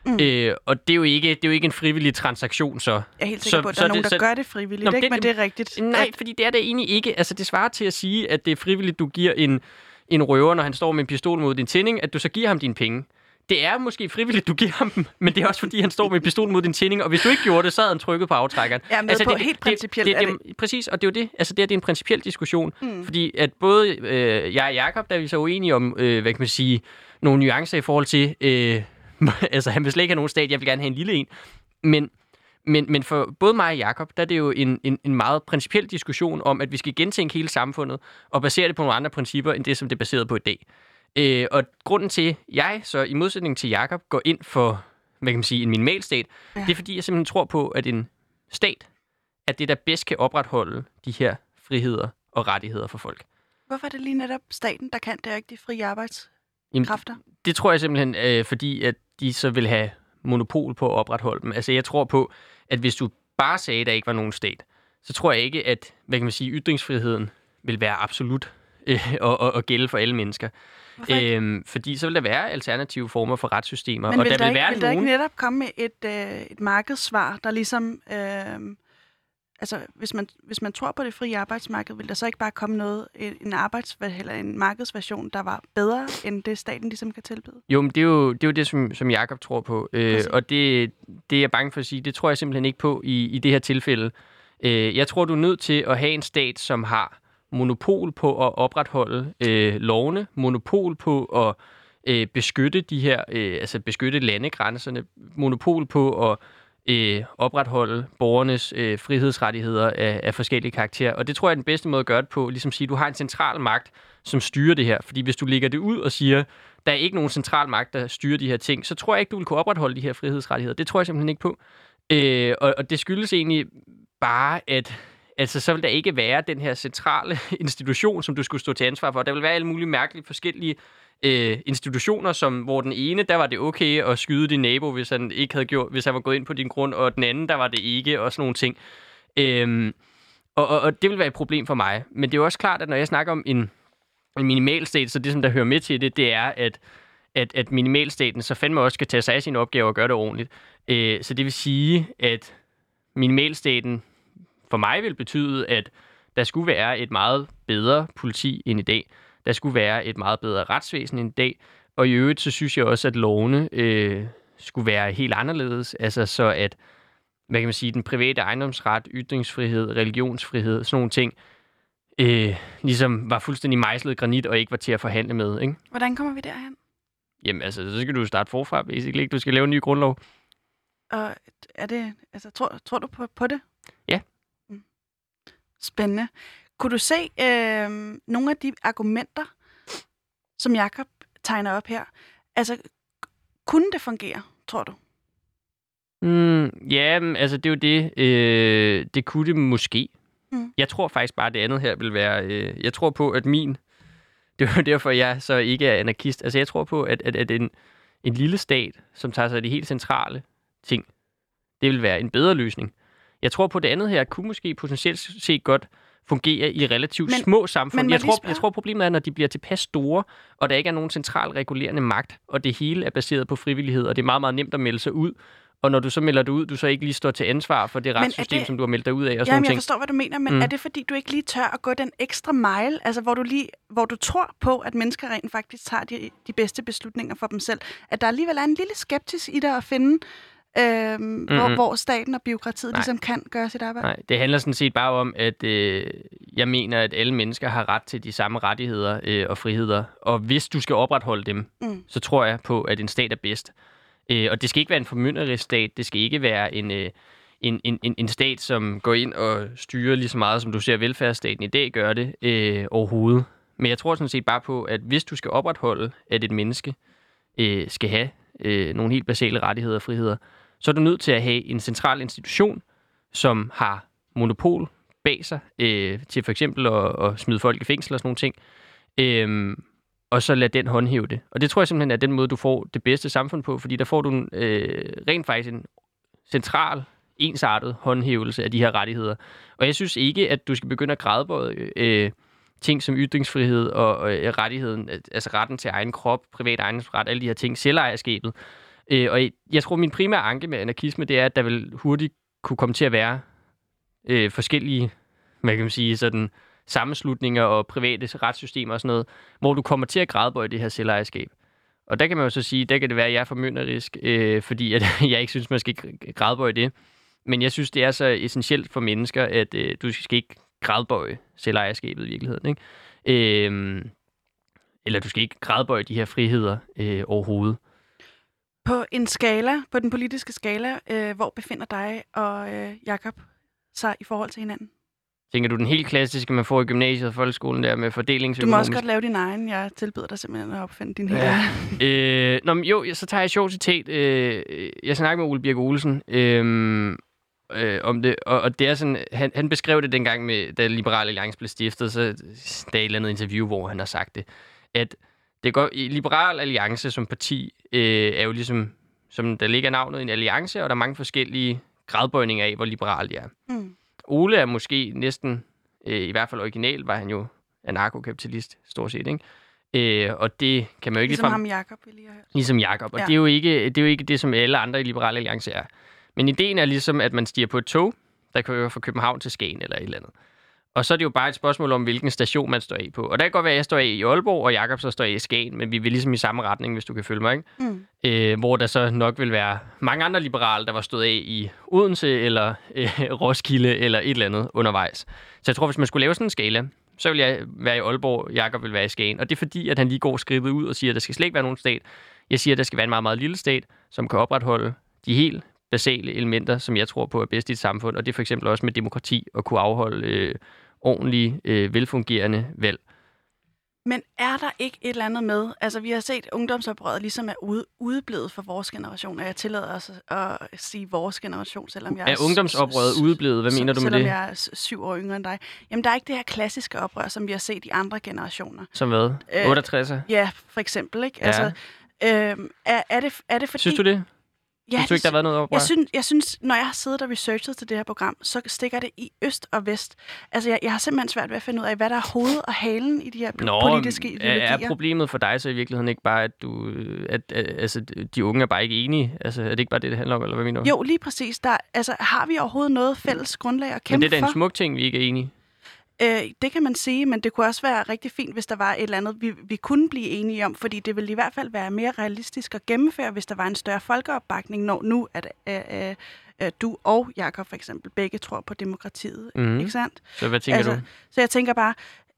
Speaker 2: Og det er jo ikke en frivillig transaktion, så... Jeg
Speaker 1: er helt sikker på, at der er nogen, der gør det frivilligt, ikke? Men det er rigtigt.
Speaker 2: Nej, fordi det er det egentlig ikke. Altså, det svarer til at sige, at det er frivilligt, du giver en røver, når han står med en pistol mod din tænding, at du så giver ham dine penge. Det er måske frivilligt, du giver ham dem, men det er også fordi, han står med pistolen mod din tænding, og hvis du ikke gjorde det, så havde han trykket på aftrækkeren.
Speaker 1: Ja, med på helt principielt.
Speaker 2: Præcis, og det er jo det. Altså, det er en principiel diskussion, fordi at både jeg og Jakob, der er vi så uenige om, hvad kan man sige, nogle nuancer i forhold til, altså han vil slet ikke have nogen stat, jeg vil gerne have en lille en, men Men for både mig og Jakob, der er det jo en meget principiel diskussion om, at vi skal gentænke hele samfundet og basere det på nogle andre principper, end det, som det er baseret på i dag. Og grunden til, at jeg så i modsætning til Jakob går ind for, hvad kan man sige, en minimalstat, det er fordi, jeg simpelthen tror på, at en stat er det, der bedst kan opretholde de her friheder og rettigheder for folk.
Speaker 1: Hvorfor er det lige netop staten, der kan det, og ikke de frie arbejdskræfter?
Speaker 2: Det tror jeg simpelthen, fordi at de så vil have monopol på at opretholde dem. Altså jeg tror på, at hvis du bare sagde, at der ikke var nogen stat, så tror jeg ikke, at, hvad kan man sige, ytringsfriheden vil være absolut og gælde for alle mennesker. Fordi så vil der være alternative former for retssystemer.
Speaker 1: Men
Speaker 2: og
Speaker 1: vil
Speaker 2: vil
Speaker 1: der ikke netop komme et markedssvar, der ligesom... Altså, hvis man tror på det frie arbejdsmarked, vil der så ikke bare komme en markedsversion, der var bedre, end det staten ligesom kan tilbyde?
Speaker 2: Jo, men det er jo det, som Jakob tror på. Og det er jeg bange for at sige, det tror jeg simpelthen ikke på i det her tilfælde. Jeg tror, du er nødt til at have en stat, som har monopol på at opretholde lovene, monopol på at beskytte de her, beskytte landegrænserne, monopol på at opretholde borgernes frihedsrettigheder af forskellige karakterer. Og det tror jeg er den bedste måde at gøre det på. Ligesom sige, du har en central magt, som styrer det her. Fordi hvis du lægger det ud og siger, der er ikke nogen central magt, der styrer de her ting, så tror jeg ikke, du vil kunne opretholde de her frihedsrettigheder. Det tror jeg simpelthen ikke på. Og det skyldes egentlig bare, at så vil der ikke være den her centrale institution, som du skulle stå til ansvar for. Der vil være alle mulige mærkelige forskellige institutioner, hvor den ene, der var det okay at skyde din nabo, hvis han var gået ind på din grund, og den anden, der var det ikke, og sådan nogle ting. Og det vil være et problem for mig. Men det er jo også klart, at når jeg snakker om en minimalstat, så det, som der hører med til det er, at minimalstaten så fandme også skal tage sig af sine opgaver og gøre det ordentligt. Så det vil sige, at minimalstaten for mig vil betyde, at der skulle være et meget bedre politi end i dag. Der skulle være et meget bedre retsvæsen end i dag. Og i øvrigt, så synes jeg også, at lovene skulle være helt anderledes. Altså så at, hvad kan man sige, den private ejendomsret, ytringsfrihed, religionsfrihed, sådan nogle ting, ligesom var fuldstændig mejslet granit og ikke var til at forhandle med. Ikke?
Speaker 1: Hvordan kommer vi derhen?
Speaker 2: Jamen altså, så skal du starte forfra, basically. Du skal lave en ny grundlov.
Speaker 1: Og er det, altså, tror du på det?
Speaker 2: Ja.
Speaker 1: Spændende. Kunne du se nogle af de argumenter, som Jakob tegner op her? Altså, kunne det fungere, tror du?
Speaker 2: Ja, altså det er jo det. Det kunne det måske. Jeg tror faktisk bare, at det andet her vil være... jeg tror på, at det er jo derfor, jeg så ikke er anarkist. Altså jeg tror på, at en lille stat, som tager sig af de helt centrale ting, det vil være en bedre løsning. Jeg tror på, at det andet her kunne måske potentielt set godt fungere i relativt små samfund. Jeg tror, problemet er, når de bliver tilpas store, og der ikke er nogen central regulerende magt, og det hele er baseret på frivillighed, og det er meget, meget nemt at melde sig ud. Og når du så melder dig ud, du så ikke lige står til ansvar for det retssystem, som du har meldt dig ud af. Og sådan
Speaker 1: jeg forstår, hvad du mener, men er det fordi, du ikke lige tør at gå den ekstra mile, altså hvor du tror på, at mennesker rent faktisk tager de bedste beslutninger for dem selv? At der alligevel er en lille skeptisk i det at finde, hvor staten og bureaukratiet ligesom kan gøre sit arbejde? Nej,
Speaker 2: det handler sådan set bare om, at jeg mener, at alle mennesker har ret til de samme rettigheder og friheder. Og hvis du skal opretholde dem, så tror jeg på, at en stat er bedst. Og det skal ikke være en formynderisk stat. Det skal ikke være en stat, som går ind og styrer lige så meget, som du ser velfærdsstaten i dag gør det overhovedet. Men jeg tror sådan set bare på, at hvis du skal opretholde, at et menneske skal have nogle helt basale rettigheder og friheder, så er du nødt til at have en central institution, som har monopol bag sig til for eksempel at smide folk i fængsel og sådan nogle ting. Og så lad den håndhæve det. Og det tror jeg simpelthen er den måde, du får det bedste samfund på, fordi der får du rent faktisk en central, ensartet håndhævelse af de her rettigheder. Og jeg synes ikke, at du skal begynde at gradbøje ting som ytringsfrihed og rettigheden, altså retten til egen krop, privat ejendomsret, alle de her ting, selvejerskabet. Og jeg tror, min primære anke med anarkisme, det er, at der vil hurtigt kunne komme til at være forskellige, hvad kan man sige, sådan sammenslutninger og private retssystemer og sådan noget, hvor du kommer til at gradbøje det her selvejerskab. Og der kan man jo så sige, der kan det være, at jeg er formynderisk, fordi at jeg ikke synes, man skal gradbøje det. Men jeg synes, det er så essentielt for mennesker, at du skal ikke gradbøje selvejerskabet i virkeligheden. Ikke? Eller du skal ikke gradbøje de her friheder overhovedet.
Speaker 1: På en skala, på den politiske skala, hvor befinder dig og Jakob sig i forhold til hinanden?
Speaker 2: Tænker du den helt klassiske, man får i gymnasiet og folkeskolen der med fordelingsøkonomisk?
Speaker 1: Du må også godt lave din egen. Jeg tilbyder dig simpelthen at opfinde din helt
Speaker 2: egen. Så tager jeg et sjovt citat. Jeg snakker med Ole Birk Olesen om det, og det er sådan, han beskrev det dengang, da Liberal Alliance blev stiftet, så der er et eller andet interview, hvor han har sagt det, at det går, Liberal Alliance som parti er jo ligesom, som der ligger navnet i en alliance, og der er mange forskellige gradbøjninger af, hvor liberal de er. Mm. Ole er måske næsten, i hvert fald original, var han jo anarkokapitalist, stort set, ikke? Og det kan man jo ikke
Speaker 1: ligesom ham Jakob, vil jeg høre.
Speaker 2: Ligesom Jakob, og ja. det er jo ikke det, som alle andre i Liberal Alliance er. Men ideen er ligesom, at man stiger på et tog, der kører fra København til Skagen eller et eller andet. Og så er det jo bare et spørgsmål om, hvilken station man står af på. Og der kan godt være, at jeg står af i Aalborg, og Jakob så står af i Skagen, men vi vil ligesom i samme retning, hvis du kan følge mig, ikke? Hvor der så nok vil være mange andre liberale, der var stået af i Odense eller Roskilde eller et eller andet undervejs. Så jeg tror, hvis man skulle lave sådan en skala, så vil jeg være i Aalborg, Jakob vil være i Skagen. Og det er fordi, at han lige går skridtet ud og siger, at der skal slet ikke være nogen stat. Jeg siger, at der skal være en meget, meget lille stat, som kan opretholde de helt basale elementer, som jeg tror på er bedst i et samfund. Og det er for eksempel også med demokrati og kunne afholde ordentlige, velfungerende valg.
Speaker 1: Men er der ikke et eller andet med, altså vi har set ungdomsoprøret ligesom er udeblevet for vores generation, og jeg tillader os at sige vores generation, selvom jeg
Speaker 2: er ungdomsoprøret udeblevet? Hvad mener du med det?
Speaker 1: Selvom jeg er 7 år yngre end dig. Jamen der er ikke det her klassiske oprør, som vi har set i andre generationer.
Speaker 2: Som hvad? 68'er?
Speaker 1: Ja, for eksempel, ikke?
Speaker 2: Ja.
Speaker 1: Altså, er det fordi...
Speaker 2: Synes du det?
Speaker 1: Ja,
Speaker 2: synes du ikke, der har været noget oprør?
Speaker 1: Jeg synes, når jeg har siddet og researchet til det her program, så stikker det i øst og vest. Altså, jeg har simpelthen svært ved at finde ud af, hvad der er hoved og halen i de her politiske ideologier.
Speaker 2: Er problemet for dig så i virkeligheden ikke bare, at de unge er bare ikke enige? Altså, er det ikke bare det handler om, eller hvad mener du?
Speaker 1: Jo, lige præcis. Har vi overhovedet noget fælles grundlag at kæmpe for?
Speaker 2: Men det er da en smuk ting, vi ikke er enige.
Speaker 1: Det kan man sige, men det kunne også være rigtig fint, hvis der var et eller andet, vi kunne blive enige om, fordi det ville i hvert fald være mere realistisk at gennemføre, hvis der var en større folkeopbakning, når nu at du og Jakob for eksempel begge tror på demokratiet. Ikke sandt?
Speaker 2: Så hvad tænker du?
Speaker 1: Så jeg tænker bare,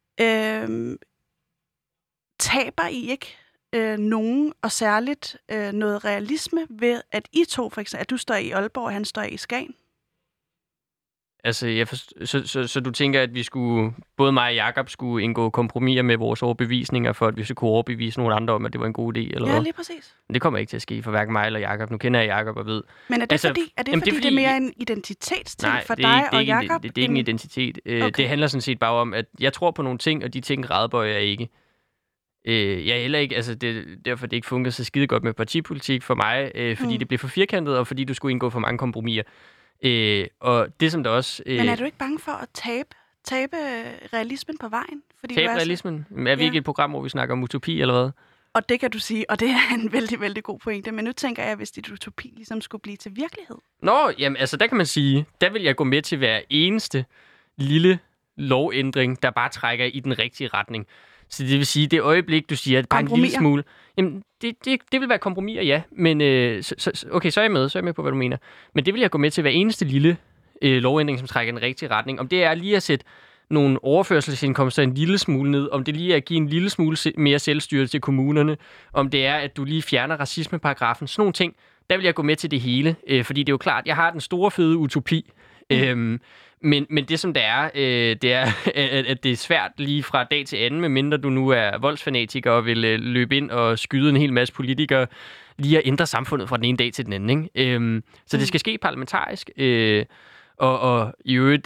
Speaker 1: taber I ikke nogen, og særligt noget realisme ved, at I to for eksempel, at du står i Aalborg, og han står i Skagen?
Speaker 2: Altså, så du tænker, at vi skulle, både mig og Jakob skulle indgå kompromiser med vores overbevisninger, for at vi så kunne overbevise nogle andre om, at det var en god idé, eller hvad?
Speaker 1: Ja, lige præcis.
Speaker 2: Men det kommer ikke til at ske for hverken mig eller Jakob. Nu kender jeg Jakob og ved.
Speaker 1: Men er det fordi det er mere en identitetsting for dig og Jakob?
Speaker 2: Det er ikke en identitet. Okay. Det handler sådan set bare om, at jeg tror på nogle ting, og de ting gradbøjer jeg ikke. Jeg heller ikke, altså derfor det ikke fungerer så skide godt med partipolitik for mig, fordi det blev for firkantet, og fordi du skulle indgå for mange kompromiser. Og det som der også...
Speaker 1: Men er du ikke bange for at tabe realismen på vejen? Fordi
Speaker 2: tabe realismen? Er vi ikke et program, hvor vi snakker om utopi, eller hvad?
Speaker 1: Og det kan du sige, og det er en vældig, vældig god pointe. Men nu tænker jeg, hvis dit utopi ligesom skulle blive til virkelighed.
Speaker 2: Nå, jamen altså, der kan man sige, der vil jeg gå med til hver eneste lille lovændring, der bare trækker i den rigtige retning. Så det vil sige, det øjeblik, du siger, at bare en lille smule... Jamen, det vil være kompromiser, ja. Men okay, så er jeg med på, hvad du mener. Men det vil jeg gå med til hver eneste lille lovændring, som trækker i den rigtige retning. Om det er lige at sætte nogle overførselsindkomster en lille smule ned, om det lige er at give en lille smule mere selvstyre til kommunerne, om det er, at du lige fjerner racismeparagrafen, sådan nogle ting, der vil jeg gå med til det hele. Fordi det er jo klart, jeg har den store fede utopi. Men det som det er, at det er svært lige fra dag til anden, medmindre du nu er voldsfanatiker og vil løbe ind og skyde en hel masse politikere, lige at ændre samfundet fra den ene dag til den anden. Ikke? Så det skal ske parlamentarisk. Og i øvrigt,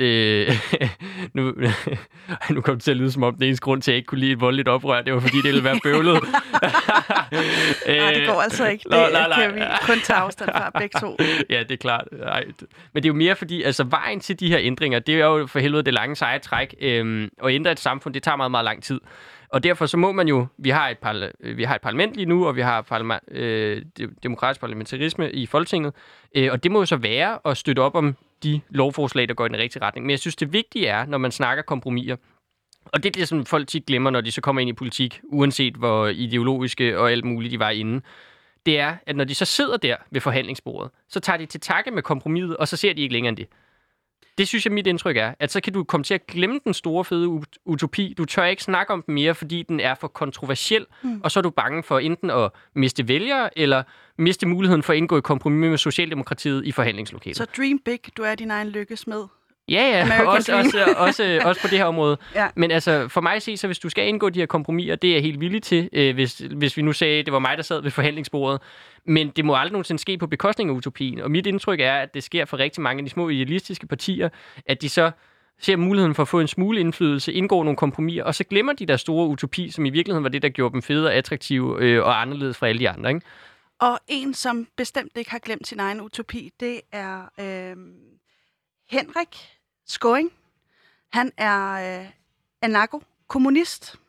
Speaker 2: nu kom det til at lyde som om, den eneste grund til, at jeg ikke kunne lide et voldeligt oprør, det var fordi, det ville være bøvlet.
Speaker 1: Nej, det går altså ikke. Det kan vi kun tage afstand fra begge to.
Speaker 2: Ja, det er klart. Ej. Men det er jo mere fordi, altså vejen til de her ændringer, det er jo for helvede det lange seje træk. At ændre et samfund, det tager meget, meget lang tid. Og derfor så må man jo, vi har et parlament lige nu, og vi har demokratisk parlamentarisme i Folketinget, og det må jo så være at støtte op om de lovforslag, der går i den rigtige retning. Men jeg synes, det vigtige er, når man snakker kompromiser, og det er det, som folk tit glemmer, når de så kommer ind i politik, uanset hvor ideologiske og alt muligt de var inde, det er, at når de så sidder der ved forhandlingsbordet, så tager de til takke med kompromiset, og så ser de ikke længere end det. Det synes jeg, mit indtryk er, at så kan du komme til at glemme den store, fede utopi. Du tør ikke snakke om den mere, fordi den er for kontroversiel, og så er du bange for enten at miste vælgere, eller miste muligheden for at indgå i kompromis med Socialdemokratiet i forhandlingslokalet.
Speaker 1: Så dream big, du er din egen lykkesmed.
Speaker 2: Ja, også på det her område.
Speaker 1: Ja.
Speaker 2: Men altså, for mig at se, så hvis du skal indgå de her kompromiser, det er jeg helt villig til, hvis vi nu sagde, det var mig, der sad ved forhandlingsbordet. Men det må aldrig nogensinde ske på bekostning af utopien. Og mit indtryk er, at det sker for rigtig mange af de små idealistiske partier, at de så ser muligheden for at få en smule indflydelse, indgå nogle kompromiser, og så glemmer de der store utopi, som i virkeligheden var det, der gjorde dem fede og attraktive og anderledes fra alle de andre, ikke?
Speaker 1: Og en, som bestemt ikke har glemt sin egen utopi, det er Henrik Skaaring. Han er anarko-kommunist.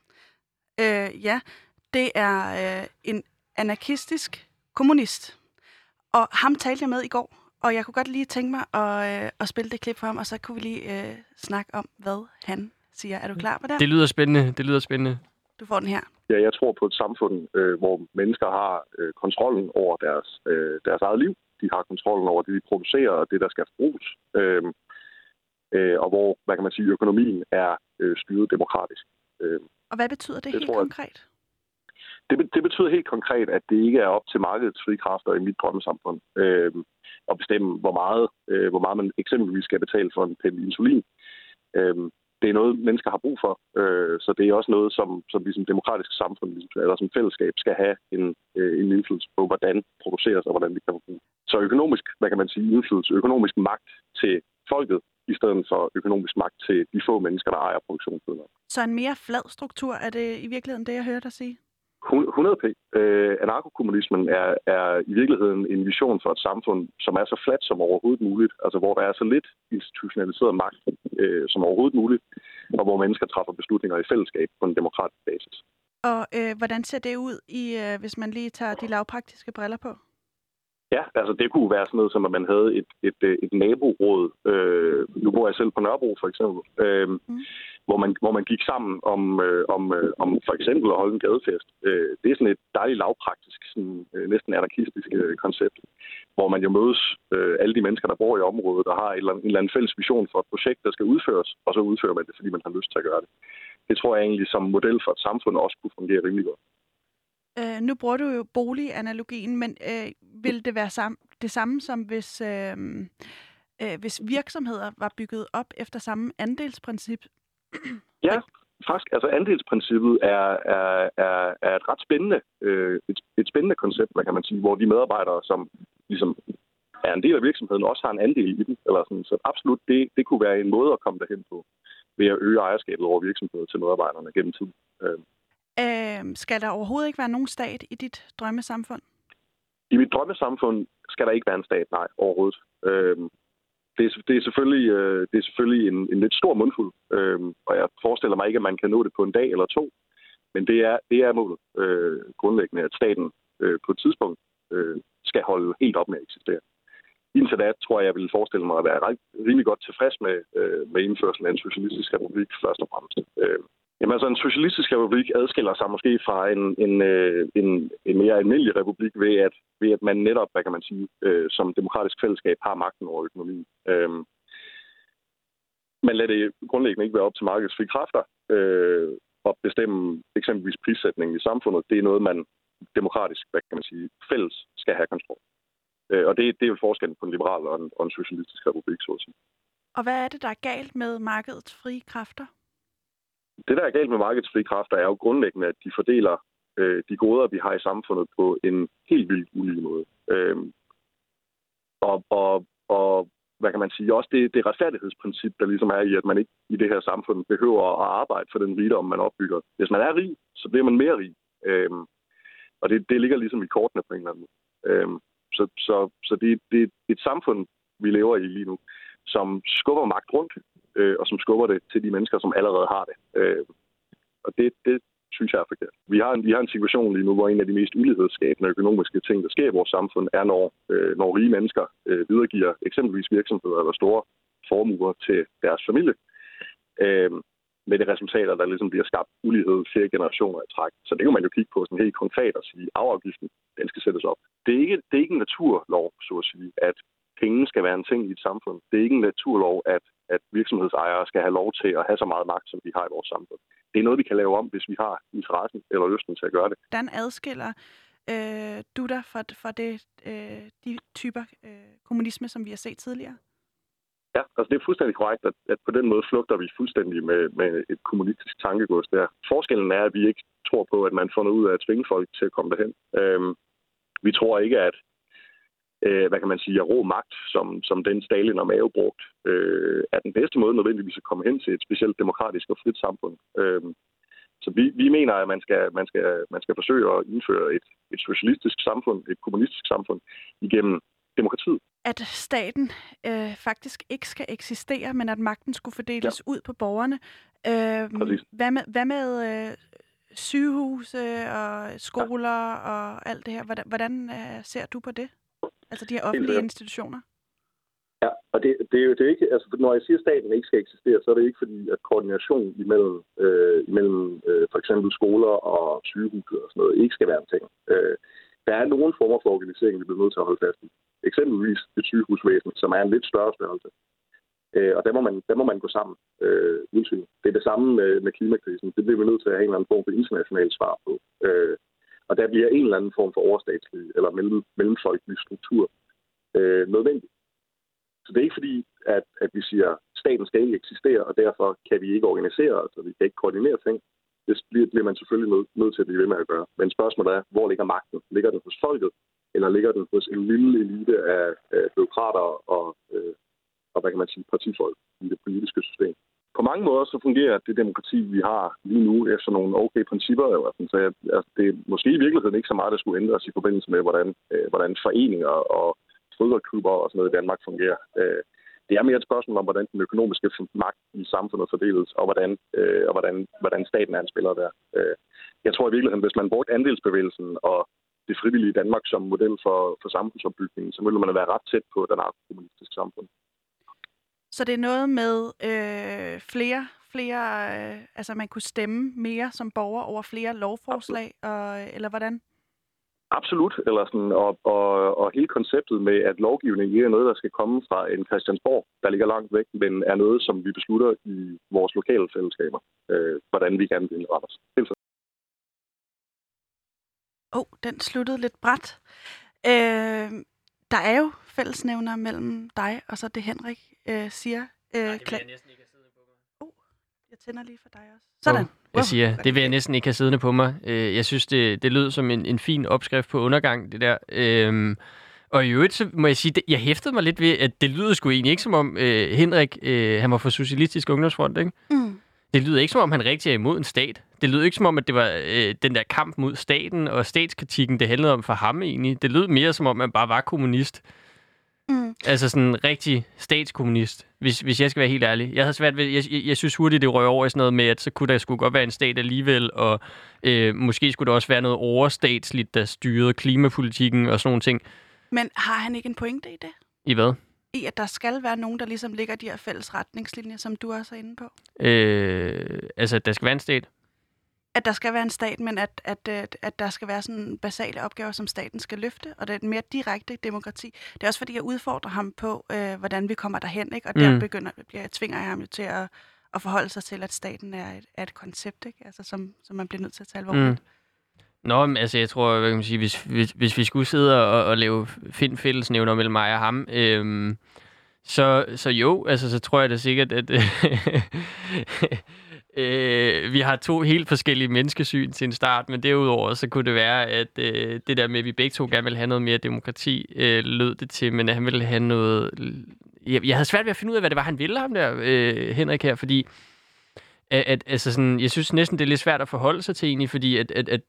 Speaker 1: Det er en anarkistisk kommunist. Og ham talte jeg med i går, og jeg kunne godt lige tænke mig at spille det klip for ham, og så kunne vi lige snakke om, hvad han siger. Er du klar på det?
Speaker 2: Det lyder spændende.
Speaker 1: Du får den her.
Speaker 4: Ja, jeg tror på et samfund, hvor mennesker har kontrollen over deres eget liv. De har kontrollen over det, de producerer, og det, der skal forbruges. Og hvor, hvad kan man sige, økonomien er styret demokratisk.
Speaker 1: Og hvad betyder det helt konkret?
Speaker 4: Det betyder helt konkret, at det ikke er op til markedets frie kræfter i mit drømmesamfund at bestemme, hvor meget man eksempelvis skal betale for en pille insulin. Det er noget, mennesker har brug for, så det er også noget, som vi som demokratisk samfund eller som fællesskab skal have en indflydelse på, hvordan produceres og hvordan vi kan forbruge. Så økonomisk, hvad kan man sige, indflydelse, økonomisk magt til folket, i stedet for økonomisk magt til de få mennesker, der ejer produktionsmidler.
Speaker 1: Så en mere flad struktur, er det i virkeligheden det, jeg hørte dig sige?
Speaker 4: 100p. Anarkokommunismen er i virkeligheden en vision for et samfund, som er så fladt som overhovedet muligt, altså hvor der er så lidt institutionaliseret magt som overhovedet muligt, og hvor mennesker træffer beslutninger i fællesskab på en demokratisk basis.
Speaker 1: Og hvordan ser det ud, hvis man lige tager de lavpraktiske briller på?
Speaker 4: Ja, altså det kunne være sådan noget, som at man havde et naboråd. Nu bor jeg selv på Nørrebro, for eksempel. Hvor man gik sammen om for eksempel at holde en gadefest. Det er sådan et dejligt lavpraktisk, sådan, næsten anarkistisk koncept, hvor man jo mødes alle de mennesker, der bor i området, der har en eller anden fælles vision for et projekt, der skal udføres, og så udfører man det, fordi man har lyst til at gøre det. Det tror jeg egentlig som model for et samfund også kunne fungere rimelig godt.
Speaker 1: Nu bruger du jo boliganalogien, men vil det være det samme som hvis virksomheder var bygget op efter samme andelsprincip?
Speaker 4: Ja, faktisk. Altså andelsprincippet er et ret spændende, et spændende koncept, hvad kan man sige, hvor de medarbejdere, som ligesom er en del af virksomheden, også har en andel i den. Eller sådan. Så absolut, det kunne være en måde at komme derhen på, ved at øge ejerskabet over virksomheden til medarbejderne gennem tid.
Speaker 1: Skal der overhovedet ikke være nogen stat i dit drømmesamfund?
Speaker 4: I mit drømmesamfund skal der ikke være en stat, nej, overhovedet. Det er selvfølgelig en lidt stor mundfuld, og jeg forestiller mig ikke, at man kan nå det på en dag eller to, men det er målet grundlæggende, at staten på et tidspunkt skal holde helt op med at eksistere. Indtil da tror jeg vil forestille mig at være rimelig godt tilfreds med indførelsen af en socialistisk republik først og fremmest. Jamen altså, en socialistisk republik adskiller sig måske fra en mere almindelig republik ved at man netop, hvad kan man sige, som demokratisk fællesskab har magten over økonomien. Man lader det grundlæggende ikke være op til markedets frie kræfter at bestemme eksempelvis prissætningen i samfundet. Det er noget, man demokratisk, hvad kan man sige, fælles skal have kontrol. Og det er jo forskellen på en liberal og en socialistisk republik, så at sige.
Speaker 1: Og hvad er det, der er galt med markedets frie kræfter?
Speaker 4: Det, der er galt med markedets frie kræfter, er jo grundlæggende, at de fordeler de goder, vi har i samfundet, på en helt vildt ulige måde. Og hvad kan man sige, også det retfærdighedsprincip, der ligesom er i, at man ikke i det her samfund behøver at arbejde for den rigdom, man opbygger. Hvis man er rig, så bliver man mere rig. Og det ligger ligesom i kortene på en eller anden måde. Så det er et samfund, vi lever i lige nu, som skubber magt rundt, og som skubber det til de mennesker, som allerede har det. Og det synes jeg er forkert. Vi har en situation lige nu, hvor en af de mest ulighedsskabende økonomiske ting, der sker i vores samfund, er, når rige mennesker videregiver eksempelvis virksomheder eller store formuer til deres familie, med det resultat, at der ligesom bliver skabt ulighed flere generationer i træk. Så det kan man jo kigge på sådan helt konkret og sige, at arveafgiften, den skal sættes op. Det er ikke en naturlov, så at sige, at penge skal være en ting i et samfund. Det er ikke en naturlov, at virksomhedsejere skal have lov til at have så meget magt, som de har i vores samfund. Det er noget, vi kan lave om, hvis vi har interessen eller lysten til at gøre det.
Speaker 1: Hvordan adskiller du dig fra de typer kommunisme, som vi har set tidligere?
Speaker 4: Ja, altså det er fuldstændig korrekt, at på den måde flugter vi fuldstændig med et kommunistisk tankegods der. Forskellen er, at vi ikke tror på, at man får noget ud af at tvinge folk til at komme derhen. Vi tror ikke, at hvad kan man sige, rå magt, som den Stalin og Mao brugt, er den bedste måde nødvendigvis at komme hen til et specielt demokratisk og frit samfund. Så vi mener, at man skal forsøge at indføre et socialistisk samfund, et kommunistisk samfund, igennem demokratiet.
Speaker 1: At staten faktisk ikke skal eksistere, men at magten skulle fordeles ud på borgerne. Hvad med sygehuse og skoler og alt det her? Hvordan ser du på det? Altså de her offentlige institutioner?
Speaker 4: Ja, og det er jo ikke, altså når jeg siger, at staten ikke skal eksistere, så er det ikke fordi, at koordination imellem for eksempel skoler og sygehuse og sådan noget ikke skal være en ting. Der er nogle former for organisering, vi bliver nødt til at holde fast i. Eksempelvis et sygehusvæsen, som er en lidt større størrelse. Og der må man gå sammen. Det er det samme med klimakrisen. Det bliver vi nødt til at have en eller anden form for international svar på. Og der bliver en eller anden form for overstatslig eller mellemfolkelig struktur nødvendig. Så det er ikke fordi, at vi siger, at staten skal ikke eksistere, og derfor kan vi ikke organisere os, og vi kan ikke koordinere ting. Det bliver man selvfølgelig nødt til at blive ved med at gøre. Men spørgsmålet er, hvor ligger magten? Ligger den hos folket, eller ligger den hos en lille elite af bureaukrater og hvad kan man sige, partifolk i det politiske system? På mange måder så fungerer det demokrati, vi har lige nu, efter nogle okay principper. Så det er måske i virkeligheden ikke så meget, der skulle ændres i forbindelse med, hvordan foreninger og fodboldklubber og sådan noget i Danmark fungerer. Det er mere et spørgsmål om, hvordan den økonomiske magt i samfundet fordeles, og hvordan staten er en spiller der. Jeg tror i virkeligheden, hvis man brugte andelsbevægelsen og det frivillige Danmark som model for samfundsopbygningen, så ville man være ret tæt på den kommunistiske samfund.
Speaker 1: Så det er noget med flere altså man kunne stemme mere som borger over flere lovforslag, eller hvordan?
Speaker 4: Absolut, eller sådan, og hele konceptet med, at lovgivning ikke er noget, der skal komme fra en Christiansborg, der ligger langt væk, men er noget, som vi beslutter i vores lokale fællesskaber, hvordan vi gerne vil indrette os.
Speaker 1: Den sluttede lidt brat. Der er jo fællesnævner mellem dig og så det Henrik siger.
Speaker 2: Nej, det vil jeg næsten ikke have siddende på mig.
Speaker 1: Jeg tænder lige for dig også. Sådan.
Speaker 2: Jeg siger, det vil jeg næsten ikke have siddende på mig. Jeg synes, det lød som en fin opskrift på undergang, det der. Og i øvrigt, så må jeg sige, jeg hæftede mig lidt ved, at det lyder sgu egentlig ikke som om Henrik, han var for Socialistisk Ungdomsfront, ikke? Mm. Det lyder ikke som om, han rigtig er imod en stat. Det lyder ikke som om, at det var den der kamp mod staten og statskritikken, det handlede om for ham egentlig. Det lød mere som om, han bare var kommunist. Mm. Altså sådan en rigtig statskommunist, hvis jeg skal være helt ærlig. Jeg havde svært ved, jeg synes hurtigt, det røg over i sådan noget med, at så kunne der sgu godt være en stat alligevel, og måske skulle der også være noget overstatsligt, der styrede klimapolitikken og sådan nogle ting.
Speaker 1: Men har han ikke en pointe i det?
Speaker 2: I hvad?
Speaker 1: I, at der skal være nogen, der ligesom ligger de her fælles retningslinjer, som du også er inde på?
Speaker 2: Altså, at der skal være en stat?
Speaker 1: At der skal være en stat, men at der skal være sådan basale opgaver, som staten skal løfte, og det er et mere direkte demokrati. Det er også fordi, jeg udfordrer ham på, hvordan vi kommer derhen, ikke? Og der tvinger jeg ham jo til at forholde sig til, at staten er et koncept, ikke? Altså, som man bliver nødt til at tage alvorligt.
Speaker 2: Nå, men altså, jeg tror, hvad kan man sige, hvis vi skulle sidde og lave fællesnævner mellem mig og ham, så jo, altså, så tror jeg da sikkert, at vi har to helt forskellige menneskesyn til en start, men derudover så kunne det være, at det der med, at vi begge to gerne vil have noget mere demokrati, lød det til, men at han ville have noget... Jeg havde svært ved at finde ud af, hvad det var, han ville ham der, Henrik her, fordi altså sådan, jeg synes næsten, det er lidt svært at forholde sig til egentlig, fordi at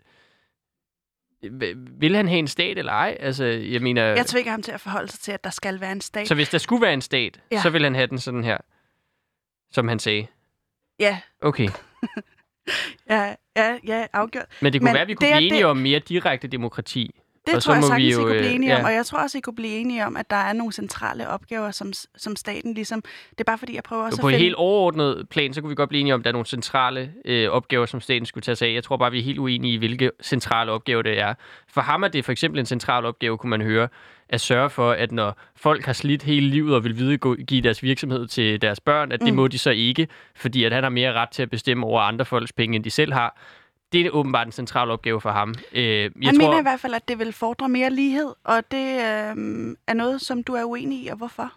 Speaker 2: vil han have en stat eller ej? Altså, jeg mener...
Speaker 1: Jeg tvinger ham til at forholde sig til, at der skal være en stat.
Speaker 2: Så hvis der skulle være en stat, så vil han have den sådan her, som han sagde?
Speaker 1: Ja.
Speaker 2: Okay.
Speaker 1: ja, afgjort.
Speaker 2: Men det kunne være, at vi kunne blive enige om mere direkte demokrati.
Speaker 1: Det tror jeg sagtens, I kunne blive enige om,
Speaker 2: ja.
Speaker 1: og jeg tror også, I kunne blive enige om, at der er nogle centrale opgaver, som staten ligesom... Det er bare fordi, jeg prøver også
Speaker 2: på et helt overordnet plan, så kunne vi godt blive enige om, at der er nogle centrale opgaver, som staten skulle tage sig af. Jeg tror bare, vi er helt uenige i, hvilke centrale opgaver det er. For ham er det for eksempel en central opgave, kunne man høre, at sørge for, at når folk har slidt hele livet og vil videregive deres virksomhed til deres børn, at det må de så ikke, fordi at han har mere ret til at bestemme over andre folks penge, end de selv har. Det er åbenbart en central opgave for ham.
Speaker 1: Mener i hvert fald, at det vil fordre mere lighed, og det er noget, som du er uenig i, og hvorfor?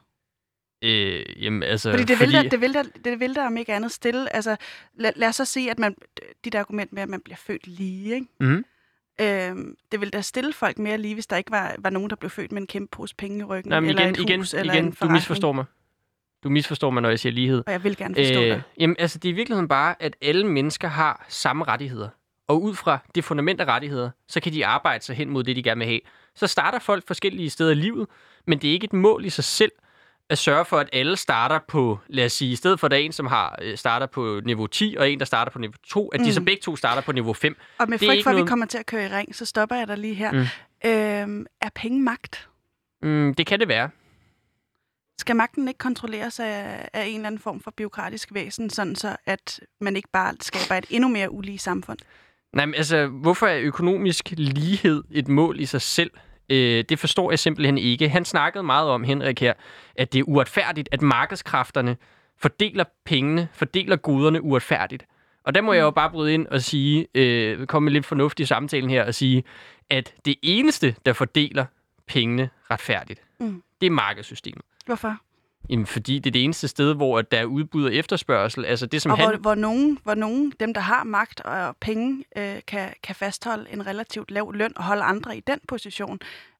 Speaker 2: Jamen, altså...
Speaker 1: Fordi det vil der om ikke andet stille. Altså, lad os så sige, at dit argument med, at man bliver født lige, ikke?
Speaker 2: Mm-hmm.
Speaker 1: Det vil da stille folk mere lige, hvis der ikke var nogen, der blev født med en kæmpe pose penge i ryggen,
Speaker 2: eller
Speaker 1: et hus, eller en forretning.
Speaker 2: Du misforstår mig. Du misforstår mig, når jeg siger lighed.
Speaker 1: Og jeg vil gerne forstå det.
Speaker 2: Jamen, altså, det er i virkeligheden bare, at alle mennesker har samme rettigheder. Og ud fra det fundament af rettigheder, så kan de arbejde sig hen mod det, de gerne vil have. Så starter folk forskellige steder i livet, men det er ikke et mål i sig selv at sørge for, at alle starter på, lad os sige, i stedet for at der er en, som starter på niveau 10, og en, der starter på niveau 2, at de så begge to starter på niveau 5.
Speaker 1: Og med frygt for, at vi kommer til at køre i ring, så stopper jeg dig lige her. Er penge magt?
Speaker 2: Det kan det være.
Speaker 1: Skal magten ikke kontrolleres af en eller anden form for bureaukratisk væsen, sådan så at man ikke bare skaber et endnu mere ulige samfund?
Speaker 2: Nej, men altså, hvorfor er økonomisk lighed et mål i sig selv? Det forstår jeg simpelthen ikke. Han snakkede meget om, Henrik her, at det er uretfærdigt, at markedskræfterne fordeler pengene, fordeler goderne uretfærdigt. Og der må jeg jo bare bryde ind og sige, komme med lidt fornuftig samtalen her, og sige, at det eneste, der fordeler pengene retfærdigt, det er markedssystemet.
Speaker 1: Hvorfor?
Speaker 2: Jamen, fordi det er det eneste sted, hvor der er udbud og efterspørgsel. Altså det, som
Speaker 1: og hvor nogen, dem der har magt og penge, kan fastholde en relativt lav løn og holde andre i den position.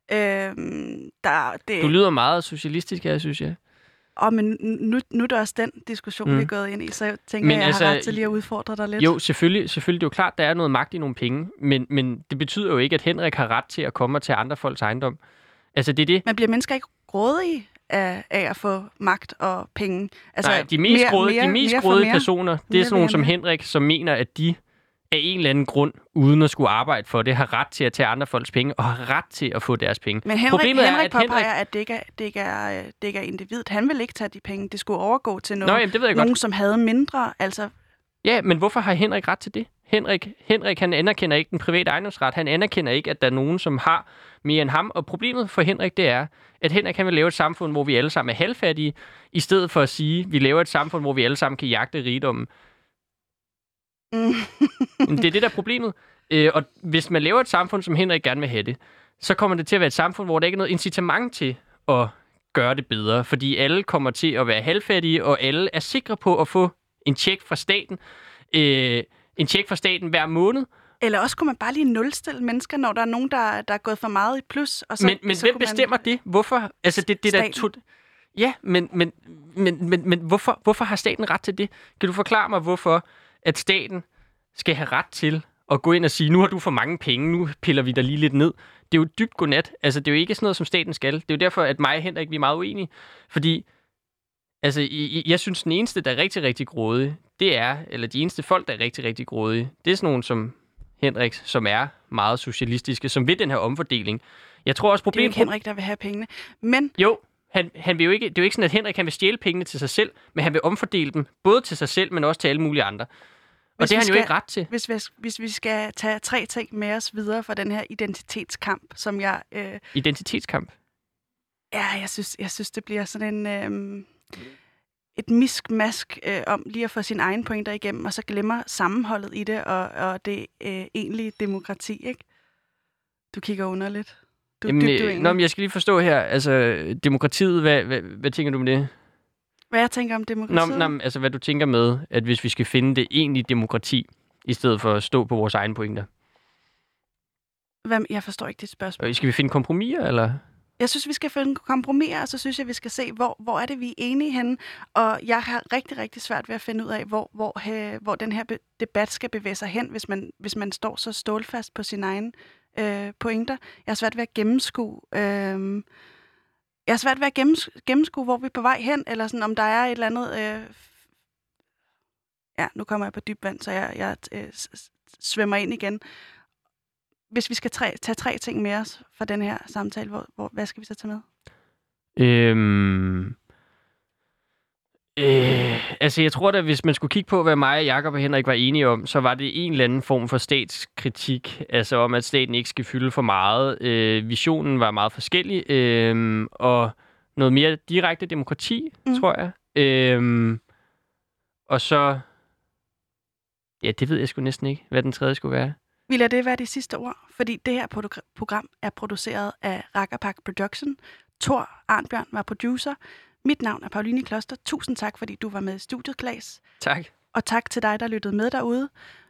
Speaker 2: Du lyder meget socialistisk her, synes jeg.
Speaker 1: Men nu er der også den diskussion, vi er gået ind i, så jeg tænker, jeg har ret til lige at udfordre dig lidt.
Speaker 2: Jo, selvfølgelig. Det er jo klart, der er noget magt i nogle penge, men det betyder jo ikke, at Henrik har ret til at komme og tage andre folks ejendom. Altså, det er det.
Speaker 1: Men bliver mennesker ikke grådige af at få magt og penge? Altså,
Speaker 2: nej, de mest grådige personer, det er sådan nogle som Henrik, som mener, at de af en eller anden grund, uden at skulle arbejde for det, har ret til at tage andre folks penge, og har ret til at få deres penge.
Speaker 1: Men Henrik påpeger, at det ikke er individet. Han vil ikke tage de penge. Det skulle overgå til nogen som havde mindre. Altså...
Speaker 2: Ja, men hvorfor har Henrik ret til det? Henrik, han anerkender ikke den private ejendomsret. Han anerkender ikke, at der er nogen, som har mere end ham. Og problemet for Henrik, det er, at Henrik kan vil lave et samfund, hvor vi alle sammen er halvfattige, i stedet for at sige, at vi laver et samfund, hvor vi alle sammen kan jagte rigdommen. Det er det, der er problemet. Og hvis man laver et samfund, som Henrik gerne vil have det, så kommer det til at være et samfund, hvor der ikke er noget incitament til at gøre det bedre. Fordi alle kommer til at være halvfattige, og alle er sikre på at få en check fra staten. En check fra staten hver måned.
Speaker 1: Eller også kunne man bare lige nulstille mennesker, når der er nogen, der er gået for meget i plus. Og så,
Speaker 2: men hvem bestemmer det? Hvorfor? Altså, det der ja, men hvorfor har staten ret til det? Kan du forklare mig, hvorfor at staten skal have ret til at gå ind og sige, nu har du for mange penge, nu piller vi dig lige lidt ned. Det er jo dybt godnat. Altså, det er jo ikke sådan noget, som staten skal. Det er jo derfor, at mig og Henrik, vi er meget uenige. Fordi altså, jeg synes, den eneste, der er rigtig, rigtig grådige, det er, eller de eneste folk, der er rigtig, rigtig grådige, det er sådan nogen som Henrik, som er meget socialistiske, som vil den her omfordeling. Jeg tror også, problemet...
Speaker 1: Det er ikke Henrik, der vil have pengene, men...
Speaker 2: Jo, han vil jo ikke... Det er jo ikke sådan, at Henrik kan vil stjæle pengene til sig selv, men han vil omfordele dem, både til sig selv, men også til alle mulige andre. Og det har han jo ikke ret til.
Speaker 1: Hvis vi skal tage 3 ting med os videre fra den her identitetskamp, som jeg...
Speaker 2: Identitetskamp?
Speaker 1: Ja, jeg synes, det bliver sådan en... et miskmask om lige at få sine egne pointer igennem, og så glemmer sammenholdet i det, og det egentlige demokrati, ikke? Du kigger underligt.
Speaker 2: Men jeg skal lige forstå her, altså demokratiet, hvad tænker du med det?
Speaker 1: Hvad jeg tænker om demokratiet?
Speaker 2: Altså hvad du tænker med, at hvis vi skal finde det egentlige demokrati, i stedet for at stå på vores egne pointer.
Speaker 1: Jeg forstår ikke dit spørgsmål.
Speaker 2: Skal vi finde kompromiser, eller...
Speaker 1: Jeg synes, vi skal finde kompromiser, og så synes jeg, vi skal se, hvor er det, vi er enige henne. Og jeg har rigtig, rigtig svært ved at finde ud af, hvor den her debat skal bevæge sig hen, hvis man står så stålfast på sine egne pointer. Jeg har svært ved at gennemskue... gennemskue, hvor vi er på vej hen, eller sådan, om der er et eller andet... Ja, nu kommer jeg på dyb vand, så jeg svømmer ind igen. hvis vi skal tage 3 ting med os fra den her samtale, hvad skal vi så tage med?
Speaker 2: Altså, jeg tror da, hvis man skulle kigge på, hvad mig, Jakob og Henrik var enige om, så var det en eller anden form for statskritik, altså om, at staten ikke skal fylde for meget. Visionen var meget forskellig, og noget mere direkte demokrati, tror jeg. Og så... Ja, det ved jeg sgu næsten ikke, hvad den tredje skulle være.
Speaker 1: Vi lader det være de sidste ord, fordi det her program er produceret af Rakkerpak Production. Thor Arnbjørn var producer. Mit navn er Pauline Kloster. Tusind tak, fordi du var med i studiet, Claes.
Speaker 2: Tak.
Speaker 1: Og tak til dig, der lyttede med derude.